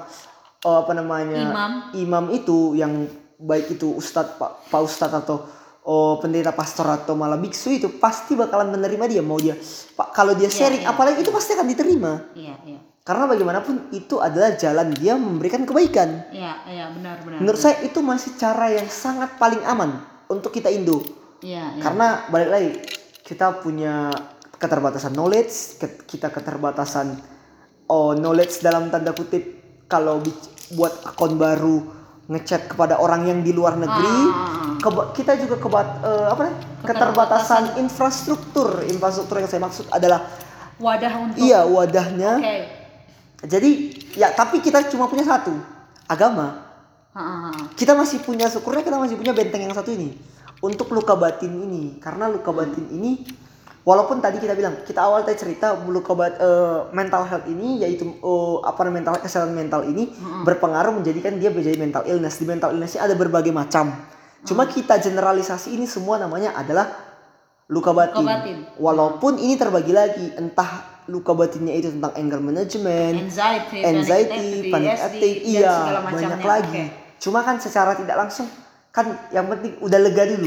imam itu yang baik itu pak ustadz atau pendeta pastor atau malah biksu itu pasti bakalan menerima dia mau dia kalau dia sharing apalagi itu pasti akan diterima. Iya. Karena bagaimanapun itu adalah jalan dia memberikan kebaikan. Iya, benar. Menurut saya itu masih cara yang sangat paling aman untuk kita Indo. Iya. Karena balik lagi kita punya keterbatasan knowledge, kita keterbatasan knowledge dalam tanda kutip kalau buat akun baru ngechat kepada orang yang di luar negeri. Kita juga keterbatasan infrastruktur yang saya maksud adalah wadah untuk wadahnya. Jadi ya tapi kita cuma punya satu agama. Kita masih punya kita masih punya benteng yang satu ini untuk luka batin ini. Karena luka batin ini walaupun tadi kita bilang kita awal tadi cerita mental health ini yaitu kesehatan mental ini berpengaruh menjadikan dia menjadi mental illness. Di mental illness ini ada berbagai macam. Cuma kita generalisasi ini semua namanya adalah luka batin. Walaupun ini terbagi lagi, entah luka batinnya itu tentang anger management, anxiety, panic attack, banyak lagi. Cuma kan secara tidak langsung kan yang penting udah lega dulu,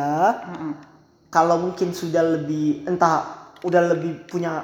Kalau mungkin sudah lebih punya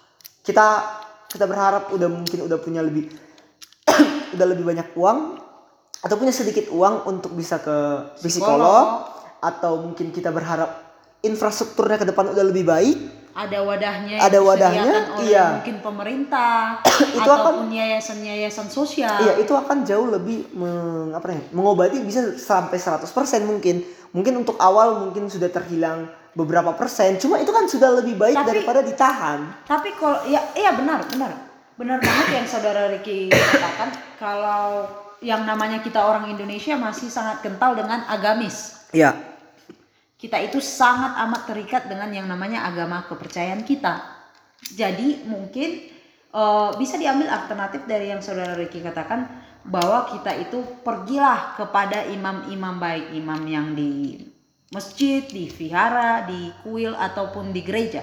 kita berharap udah punya lebih udah lebih banyak uang atau punya sedikit uang untuk bisa ke psikolog atau mungkin kita berharap infrastrukturnya ke depan udah lebih baik. Ada wadahnya oleh mungkin pemerintah itu ataupun yayasan sosial. Iya, itu akan jauh lebih mengobati bisa sampai 100% mungkin. Mungkin untuk awal mungkin sudah terhilang beberapa persen, cuma itu kan sudah lebih baik daripada ditahan. Tapi kalau benar banget yang saudara Ricky katakan kalau yang namanya kita orang Indonesia masih sangat kental dengan agamis. Iya. Kita itu sangat amat terikat dengan yang namanya agama kepercayaan kita. Jadi mungkin bisa diambil alternatif dari yang saudara Ricky katakan bahwa kita itu pergilah kepada imam-imam baik, imam yang di masjid, di vihara, di kuil ataupun di gereja.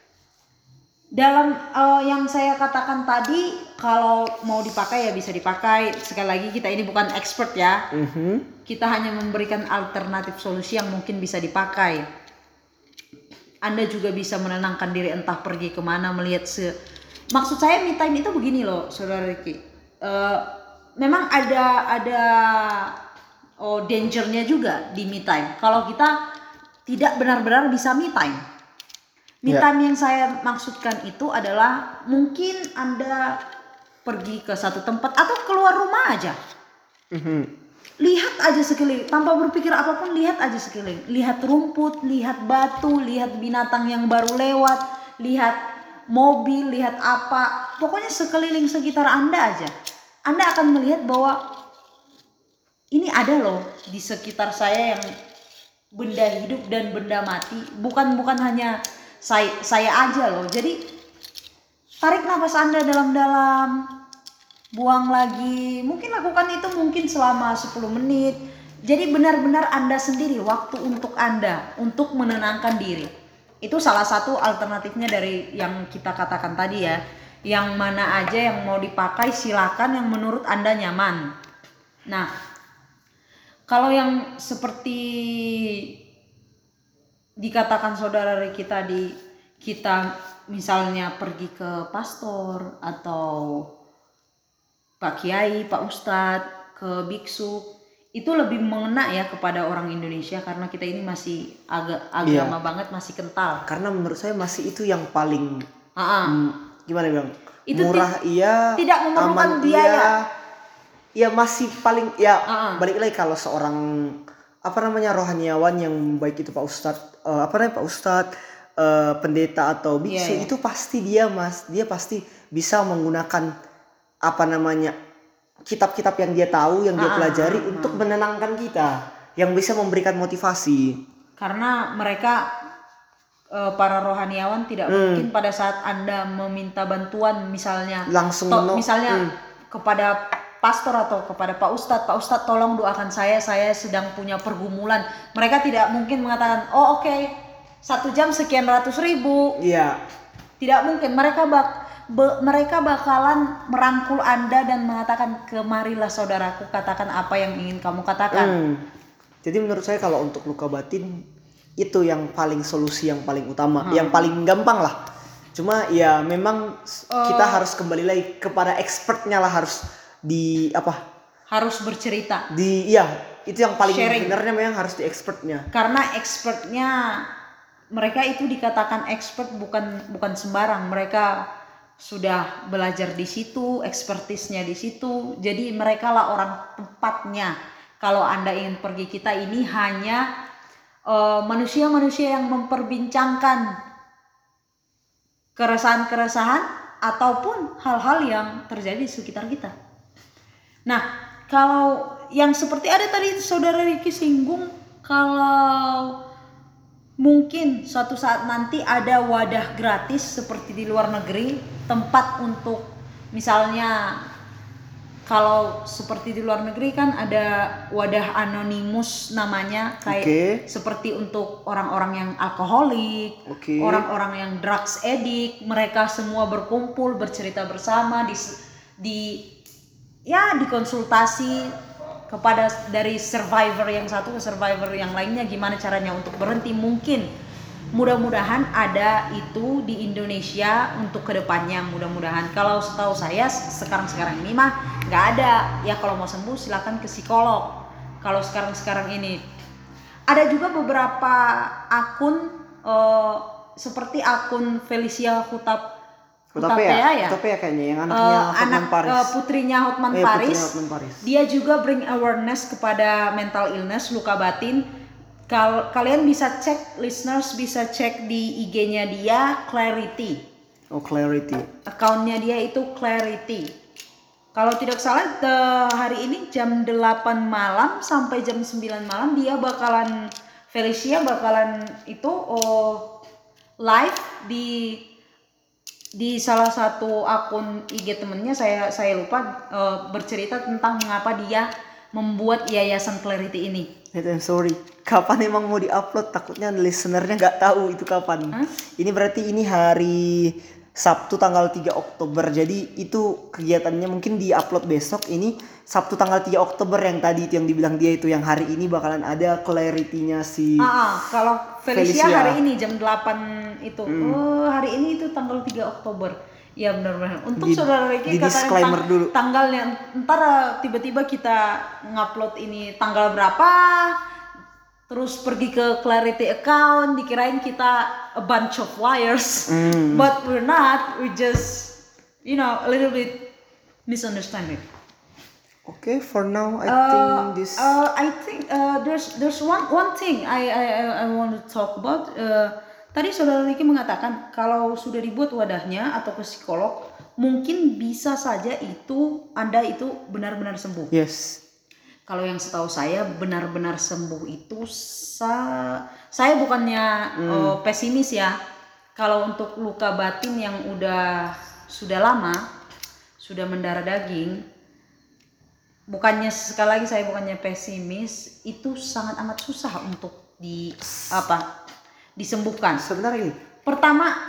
Dalam yang saya katakan tadi, kalau mau dipakai ya bisa dipakai. Sekali lagi kita ini bukan expert ya. Kita hanya memberikan alternatif solusi yang mungkin bisa dipakai. Anda juga bisa menenangkan diri entah pergi kemana melihat Maksud saya me time itu begini loh, Saudara Ricky. Memang ada dangernya juga di me time. Kalau kita tidak benar-benar bisa me time. Me Ya. time yang saya maksudkan itu adalah mungkin Anda pergi ke satu tempat atau keluar rumah aja. Lihat aja sekeliling, tanpa berpikir apapun, lihat aja sekeliling. Lihat rumput, lihat batu, lihat binatang yang baru lewat, lihat mobil, lihat apa. Pokoknya sekeliling sekitar Anda aja. Anda akan melihat bahwa ini ada loh di sekitar saya yang benda hidup dan benda mati. Bukan hanya saya aja loh. Jadi tarik nafas Anda dalam-dalam, buang lagi. Mungkin lakukan itu mungkin selama 10 menit. Jadi benar-benar Anda sendiri, waktu untuk Anda untuk menenangkan diri. Itu salah satu alternatifnya dari yang kita katakan tadi ya. Yang mana aja yang mau dipakai silakan, yang menurut Anda nyaman. Nah, kalau yang seperti dikatakan saudara Ricky tadi, kita misalnya pergi ke pastor atau Pak Kiai, Pak Ustadz, ke biksu, itu lebih mengena ya kepada orang Indonesia karena kita ini masih agama banget, masih kental. Karena menurut saya masih itu yang paling gimana bilang, Itu murah iya, tidak memerlukan aman biaya. iya masih paling ya. Balik lagi kalau seorang rohaniawan yang baik itu Pak Ustadz, Pak Ustadz, pendeta atau biksu, itu pasti dia pasti bisa menggunakan kitab-kitab yang dia tahu, yang dia pelajari untuk menenangkan kita, yang bisa memberikan motivasi. Karena mereka para rohaniawan tidak mungkin pada saat Anda meminta bantuan misalnya langsung kepada pastor atau kepada Pak Ustadz tolong doakan saya sedang punya pergumulan. Mereka tidak mungkin mengatakan, oh oke, 1 jam sekian ratus ribu. Iya. Tidak mungkin. Mereka bakalan merangkul Anda dan mengatakan, kemarilah saudaraku, katakan apa yang ingin kamu katakan. Jadi menurut saya kalau untuk luka batin itu yang paling solusi yang paling utama, yang paling gampang lah. Cuma ya memang kita harus kembali lagi kepada expertnya lah, harus harus bercerita. Itu yang paling sharing. Benernya memang harus di expertnya. Karena expertnya, mereka itu dikatakan expert bukan sembarang. Mereka sudah belajar di situ, expertise-nya di situ. Jadi mereka lah orang tempatnya. Kalau Anda ingin pergi, kita ini hanya manusia-manusia yang memperbincangkan keresahan-keresahan ataupun hal-hal yang terjadi di sekitar kita. Nah, kalau yang seperti ada tadi saudara Ricky singgung, kalau mungkin suatu saat nanti ada wadah gratis seperti di luar negeri, tempat untuk misalnya kalau seperti di luar negeri kan ada wadah anonimus namanya, kayak seperti untuk orang-orang yang alkoholik, orang-orang yang drugs addict, mereka semua berkumpul bercerita bersama dikonsultasi kepada dari survivor yang satu ke survivor yang lainnya gimana caranya untuk berhenti. Mungkin mudah-mudahan ada itu di Indonesia untuk kedepannya, mudah-mudahan. Kalau setahu saya sekarang ini mah nggak ada ya. Kalau mau sembuh silakan ke psikolog. Kalau sekarang ini ada juga beberapa akun seperti akun Felicia Hutapea kayaknya yang anaknya putrinya Hotman Paris. Dia juga bring awareness kepada mental illness, luka batin. Kalian bisa cek, listeners bisa cek di IG-nya dia, Clarity. Clarity. Account-nya dia itu Clarity. Kalau tidak salah hari ini jam 8 malam sampai jam 9 malam dia Felicia bakalan itu live di salah satu akun IG temennya, saya lupa, bercerita tentang mengapa dia membuat yayasan Clarity ini. I'm sorry, kapan emang mau diupload? Takutnya listenernya nggak tahu itu kapan. Ini berarti ini hari Sabtu tanggal 3 Oktober. Jadi itu kegiatannya mungkin diupload besok. Ini Sabtu tanggal 3 Oktober yang tadi itu yang dibilang dia itu, yang hari ini bakalan ada Clarity-nya si kalau Felicia hari ini jam 8 itu. Hari ini itu tanggal 3 Oktober. Ya benar-benar. Untung Di- saudara Ricky di disclaimer dulu. tanggalnya, ntar tiba-tiba kita ngupload ini tanggal berapa, terus pergi ke Clarity account, dikirain kita a bunch of liars, but we're not. We just, a little bit misunderstanding. Okay, for now I think this. I think there's one thing I want to talk about. Tadi saudara Ricky mengatakan kalau sudah dibuat wadahnya atau ke psikolog, mungkin bisa saja Anda itu benar-benar sembuh. Yes. Kalau yang setahu saya benar-benar sembuh itu saya bukannya pesimis ya. Kalau untuk luka batin yang sudah lama, sudah mendarah daging, sekali lagi saya bukannya pesimis, itu sangat amat susah untuk disembuhkan. Sebenarnya Pertama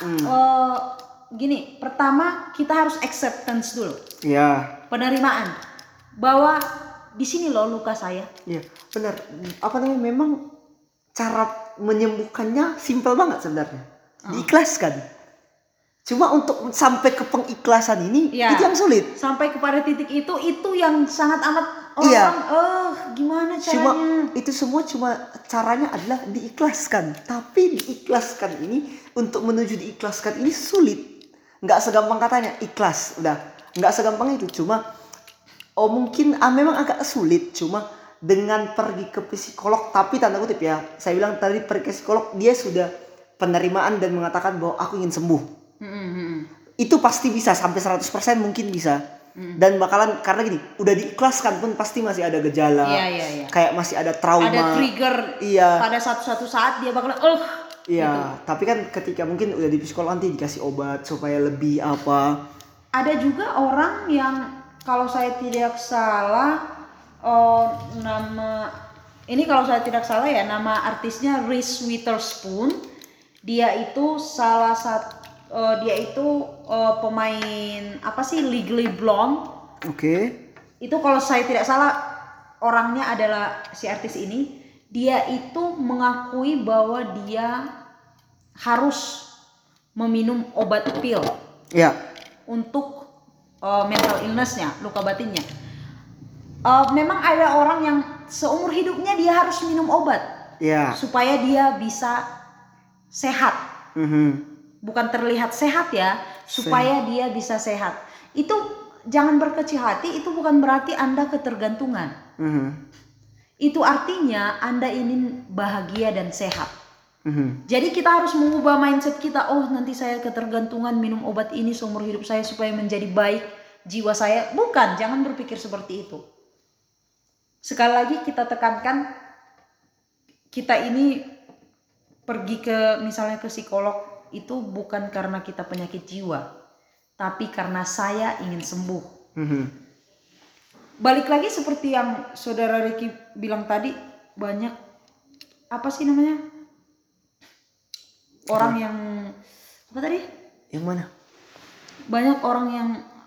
pertama kita harus acceptance dulu. ya. Penerimaan bahwa di sini loh luka saya. Iya, benar. Memang cara menyembuhkannya simpel banget sebenarnya. Diikhlaskan. Cuma untuk sampai ke pengikhlasan ini Ya, itu yang sulit. Sampai kepada titik itu yang sangat amat Iya. gimana caranya? Cuma itu semua caranya adalah diikhlaskan. Tapi diikhlaskan ini untuk menuju diikhlaskan ini sulit. Nggak segampang katanya ikhlas, udah. Nggak segampang itu. Cuma mungkin memang agak sulit. Cuma dengan pergi ke psikolog, tapi tanda kutip ya, saya bilang tadi pergi ke psikolog, dia sudah penerimaan dan mengatakan bahwa aku ingin sembuh. Itu pasti bisa sampai 100% mungkin bisa. Dan bakalan, karena gini, udah diikhlaskan pun pasti masih ada gejala. Iya. Kayak masih ada trauma. Ada trigger. Iya. Pada suatu saat dia bakalan Iya, gitu. tapi kan ketika mungkin udah di psikolog nanti dikasih obat supaya lebih apa. Ada juga orang yang kalau saya tidak salah nama artisnya Reese Witherspoon. Dia itu salah satu pemain Legally Blonde. Oke. Itu kalau saya tidak salah orangnya adalah si artis ini. Dia itu mengakui bahwa dia harus meminum obat pil. Ya. Untuk mental illness-nya, luka batinnya. Memang ada orang yang seumur hidupnya dia harus minum obat. Ya. Supaya dia bisa sehat. Bukan terlihat sehat ya, supaya dia bisa sehat. Itu jangan berkecil hati, itu bukan berarti Anda ketergantungan. Itu artinya Anda ingin bahagia dan sehat. Jadi kita harus mengubah mindset kita. Nanti saya ketergantungan minum obat ini seumur hidup saya supaya menjadi baik jiwa saya. Bukan, jangan berpikir seperti itu. Sekali lagi kita tekankan, kita ini pergi misalnya ke psikolog itu bukan karena kita penyakit jiwa, tapi karena saya ingin sembuh. Balik lagi seperti yang saudara Ricky bilang tadi, banyak orang yang yang mana? Banyak orang yang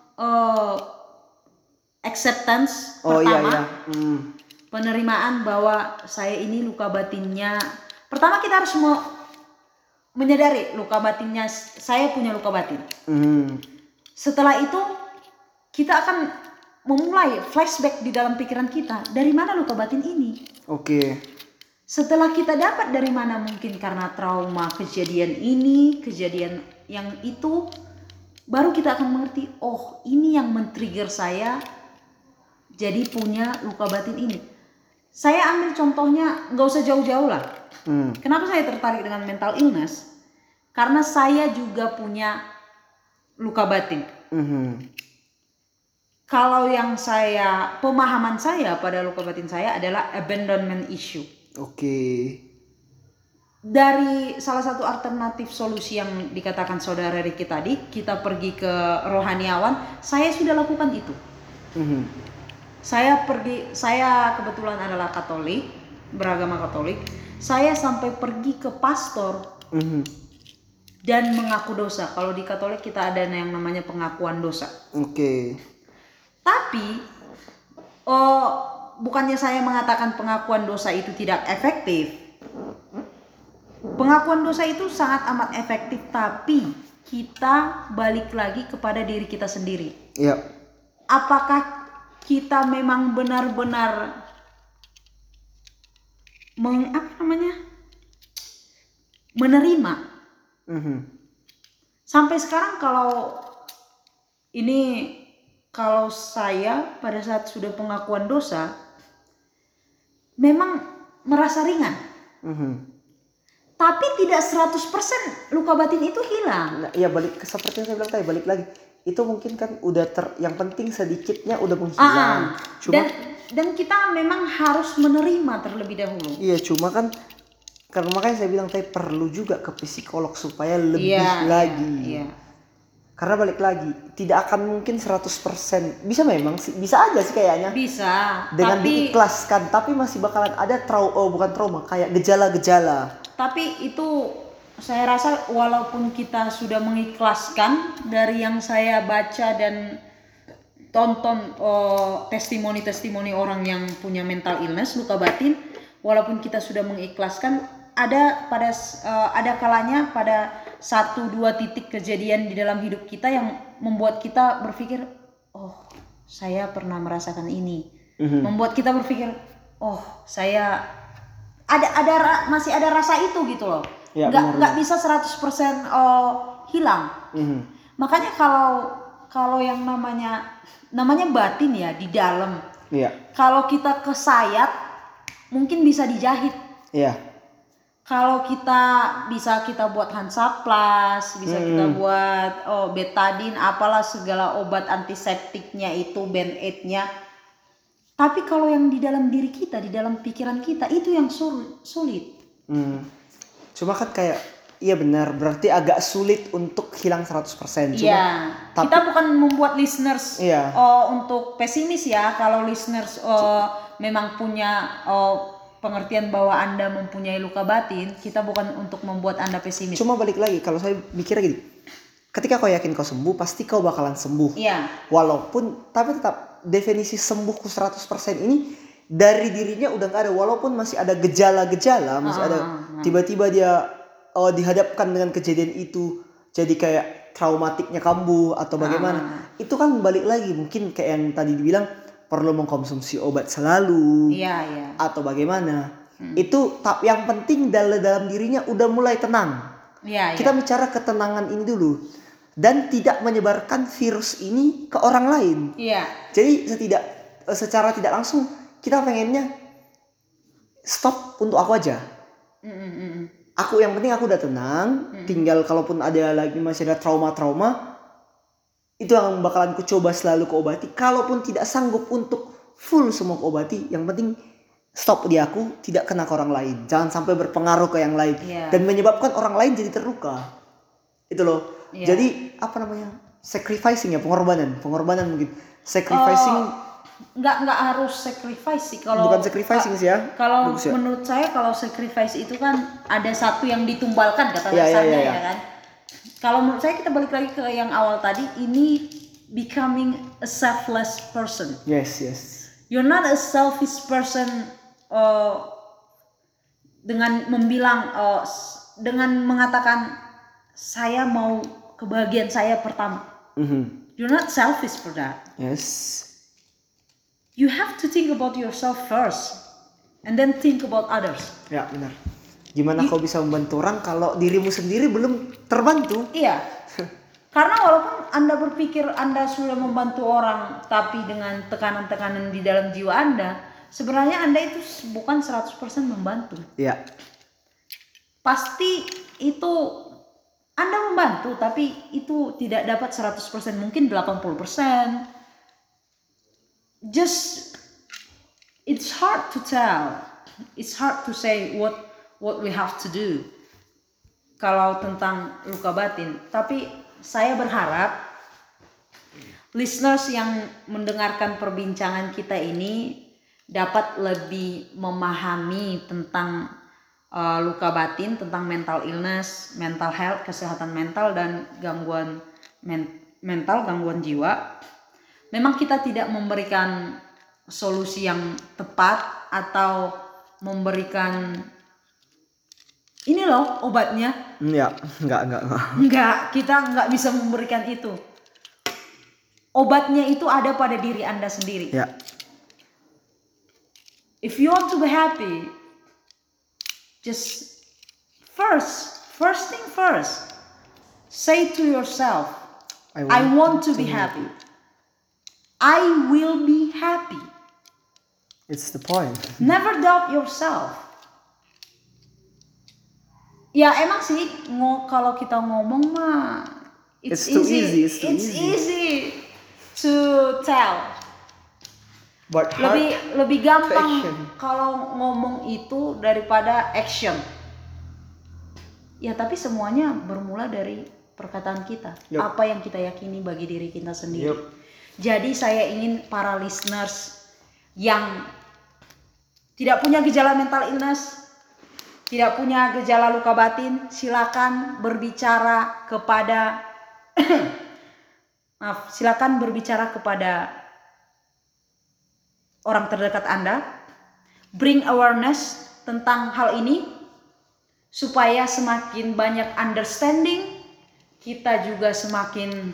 acceptance pertama. Penerimaan bahwa saya ini luka batinnya. Pertama kita harus menyadari luka batinnya, saya punya luka batin. Setelah itu kita akan memulai flashback di dalam pikiran kita, dari mana luka batin ini? Oke. Setelah kita dapat dari mana, mungkin karena trauma kejadian ini, kejadian yang itu, baru kita akan mengerti, ini yang men-trigger saya jadi punya luka batin ini. Saya ambil contohnya, nggak usah jauh-jauh lah. Kenapa saya tertarik dengan mental illness? Karena saya juga punya luka batin. Kalau yang pemahaman saya pada luka batin saya adalah abandonment issue. Oke. Dari salah satu alternatif solusi yang dikatakan saudara Ricky tadi, kita pergi ke rohaniawan, saya sudah lakukan itu. Saya kebetulan adalah Katolik, beragama Katolik. Saya sampai pergi ke pastor dan mengaku dosa. Kalau di Katolik kita ada yang namanya pengakuan dosa. Oke. Tapi bukannya saya mengatakan pengakuan dosa itu tidak efektif. Pengakuan dosa itu sangat amat efektif, tapi kita balik lagi kepada diri kita sendiri. Iya. Apakah kita memang benar-benar menerima? Sampai sekarang kalau saya pada saat sudah pengakuan dosa memang merasa ringan. Tapi tidak 100% luka batin itu hilang. Nah, ya balik seperti yang saya bilang tadi, balik lagi. Itu mungkin kan udah yang penting sedikitnya udah menghilang. Dan kita memang harus menerima terlebih dahulu. Iya, cuma kan karena makanya saya bilang tadi perlu juga ke psikolog supaya lebih lagi. Iya. Karena balik lagi, tidak akan mungkin 100%. Bisa memang sih, bisa aja sih kayaknya. Bisa. Dengan diikhlaskan, tapi masih bakalan ada bukan trauma, kayak gejala-gejala. Tapi itu saya rasa walaupun kita sudah mengikhlaskan, dari yang saya baca dan tonton testimoni-testimoni orang yang punya mental illness, luka batin, walaupun kita sudah mengikhlaskan, ada kalanya pada 1-2 titik kejadian di dalam hidup kita yang membuat kita berpikir, oh saya pernah merasakan ini. Membuat kita berpikir, oh saya masih ada rasa itu gitu loh. Ya, nggak bisa 100% hilang. Makanya kalau yang namanya batin ya di dalam. Kalau kita kesayat mungkin bisa dijahit. Kalau kita buat Hansaplast, bisa kita buat betadine, apalah segala obat antiseptiknya itu, band-aidnya. Tapi kalau yang di dalam diri kita, di dalam pikiran kita, itu yang sulit. Cuma kan kayak, iya benar, berarti agak sulit untuk hilang 100%. Iya, kita bukan membuat listeners untuk pesimis ya. Kalau listeners memang punya pengertian bahwa Anda mempunyai luka batin, kita bukan untuk membuat Anda pesimis. Cuma balik lagi, kalau saya mikirnya gini, ketika kau yakin kau sembuh, pasti kau bakalan sembuh. Iya. Tapi tetap definisi sembuhku 100% ini dari dirinya udah gak ada, walaupun masih ada gejala-gejala, masih ada tiba-tiba dia dihadapkan dengan kejadian itu, jadi kayak traumatiknya kambuh atau bagaimana. Itu kan balik lagi, mungkin kayak yang tadi dibilang, perlu mengkonsumsi obat selalu, atau bagaimana. Itu yang penting dalam dirinya udah mulai tenang. Kita bicara ketenangan ini dulu, dan tidak menyebarkan virus ini ke orang lain. Jadi secara tidak langsung kita pengennya stop untuk aku aja. Yang penting aku udah tenang. Tinggal kalaupun masih ada trauma, itu yang bakalan ku coba selalu kuobati. Kalaupun tidak sanggup untuk full semua kuobati, yang penting stop di aku, tidak kena ke orang lain. Jangan sampai berpengaruh ke yang lain dan menyebabkan orang lain jadi terluka. Itu loh. Jadi sacrificing ya, pengorbanan mungkin. Sacrificing nggak harus sacrifice sih kalau. Bukan sacrificing sih ya. Kalau menurut saya kalau sacrifice itu kan ada satu yang ditumbalkan kata dasarnya ya kan. Kalau menurut saya kita balik lagi ke yang awal tadi, ini becoming a selfless person. Yes. You're not a selfish person dengan mengatakan saya mau kebahagiaan saya pertama. You're not selfish for that. Yes. You have to think about yourself first, and then think about others. Ya benar. Gimana kau bisa membantu orang kalau dirimu sendiri belum terbantu? Iya. Karena walaupun Anda berpikir Anda sudah membantu orang, tapi dengan tekanan-tekanan di dalam jiwa Anda, sebenarnya Anda itu bukan 100% membantu. Iya. Pasti itu Anda membantu, tapi itu tidak dapat 100%, mungkin 80%. It's hard to tell. It's hard to say what we have to do kalau tentang luka batin. Tapi saya berharap listeners yang mendengarkan perbincangan kita ini dapat lebih memahami tentang luka batin, tentang mental illness, mental health, kesehatan mental dan gangguan mental, gangguan jiwa. Memang kita tidak memberikan solusi yang tepat atau memberikan Ini loh obatnya. Ya, enggak. Enggak, kita enggak bisa memberikan itu. Obatnya itu ada pada diri Anda sendiri. Ya. If you want to be happy, just first thing first, say to yourself, I want to be happy. I will be happy. It's the point. Never doubt yourself. Ya emang sih kalau kita ngomong mah It's too easy. It's easy to tell. But hard Lebih to gampang action. kalau ngomong itu daripada action. Ya tapi semuanya bermula dari perkataan kita. Yup. Apa yang kita yakini bagi diri kita sendiri. Yup. Jadi saya ingin para listeners yang tidak punya gejala mental illness, tidak punya gejala luka batin, silakan berbicara kepada silakan berbicara kepada orang terdekat Anda. Bring awareness tentang hal ini supaya semakin banyak understanding, kita juga semakin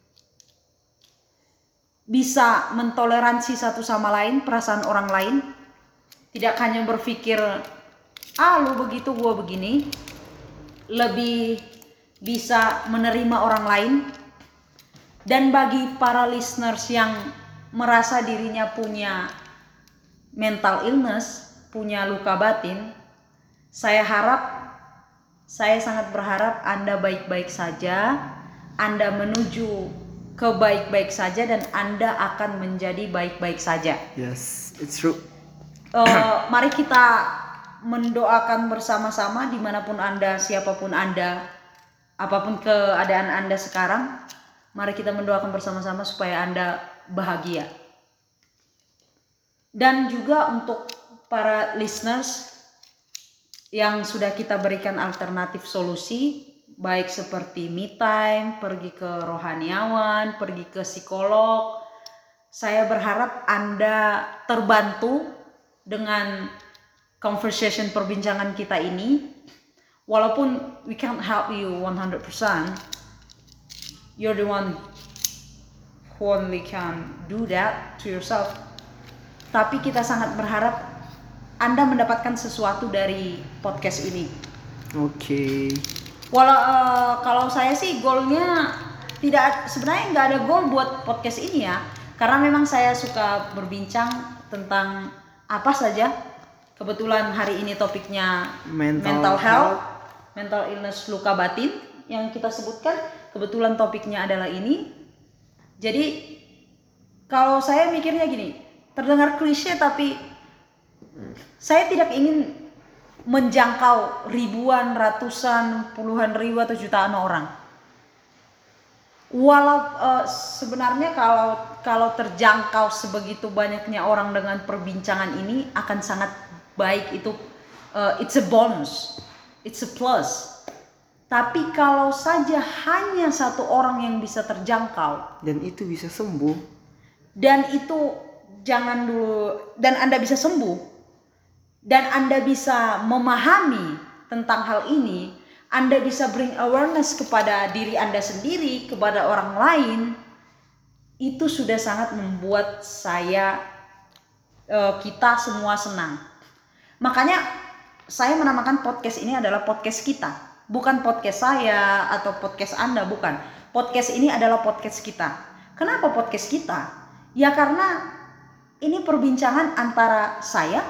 bisa mentoleransi satu sama lain, perasaan orang lain. Tidak hanya berpikir lu begitu gua begini. Lebih bisa menerima orang lain. Dan bagi para listeners yang merasa dirinya punya mental illness, punya luka batin, saya sangat berharap Anda baik-baik saja, Anda menuju ke baik-baik saja, dan Anda akan menjadi baik-baik saja. Yes, it's true. Mari kita mendoakan bersama-sama dimanapun Anda, siapapun Anda, apapun keadaan Anda sekarang. Mari kita mendoakan bersama-sama supaya Anda bahagia. Dan juga untuk para listeners yang sudah kita berikan alternatif solusi, baik seperti me time, pergi ke rohaniawan, pergi ke psikolog. Saya berharap Anda terbantu dengan conversation perbincangan kita ini. Walaupun we can't help you 100%, you're the one who only can do that to yourself. Tapi kita sangat berharap Anda mendapatkan sesuatu dari podcast ini. Oke. Kalau saya sih goalnya sebenarnya nggak ada goal buat podcast ini ya, karena memang saya suka berbincang tentang apa saja. Kebetulan hari ini topiknya mental health, mental illness, luka batin yang kita sebutkan. Kebetulan topiknya adalah ini. Jadi kalau saya mikirnya gini, terdengar klise tapi saya tidak ingin menjangkau ribuan, ratusan, puluhan ribu atau jutaan orang. Sebenarnya kalau terjangkau sebegitu banyaknya orang dengan perbincangan ini akan sangat baik. It's a bonus, it's a plus. Tapi kalau saja hanya satu orang yang bisa terjangkau dan itu bisa sembuh, dan itu jangan dulu, dan Anda bisa sembuh, dan Anda bisa memahami tentang hal ini, Anda bisa bring awareness kepada diri Anda sendiri, kepada orang lain, itu sudah sangat membuat kita semua senang. Makanya saya menamakan podcast ini adalah podcast kita, bukan podcast saya atau podcast Anda, bukan. Podcast ini adalah podcast kita. Kenapa podcast kita? Ya karena ini perbincangan antara saya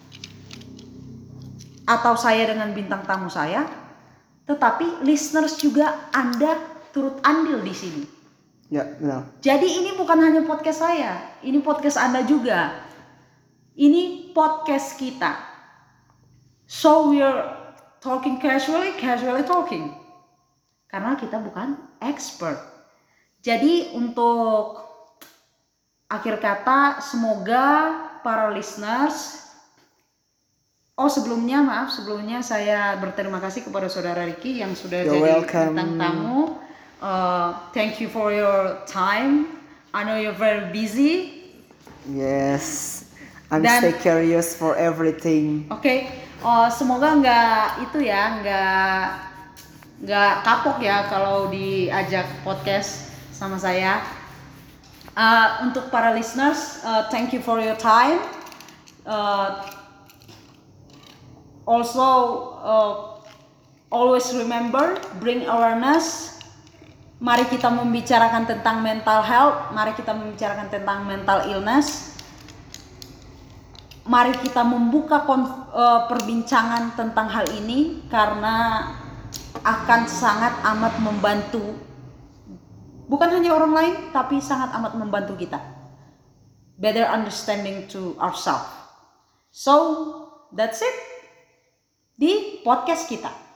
atau saya dengan bintang tamu saya, tetapi listeners juga Anda turut andil di sini. Ya, benar. Jadi ini bukan hanya podcast saya, ini podcast Anda juga. Ini podcast kita. So we're talking casually talking. Karena kita bukan expert. Jadi untuk akhir kata, semoga para listeners, sebelumnya saya berterima kasih kepada saudara Ricky yang sudah jadi bintang tamu. Thank you for your time. I know you're very busy. Yes, I'm stay curious for everything. Okay, Semoga nggak itu ya, nggak kapok ya kalau diajak podcast sama saya. Untuk para listeners, thank you for your time. Also, always remember, bring awareness. Mari kita membicarakan tentang mental health. Mari kita membicarakan tentang mental illness. Mari kita membuka perbincangan tentang hal ini karena akan sangat amat membantu. Bukan hanya orang lain, tapi sangat amat membantu kita. Better understanding to ourselves. So, that's it di podcast kita.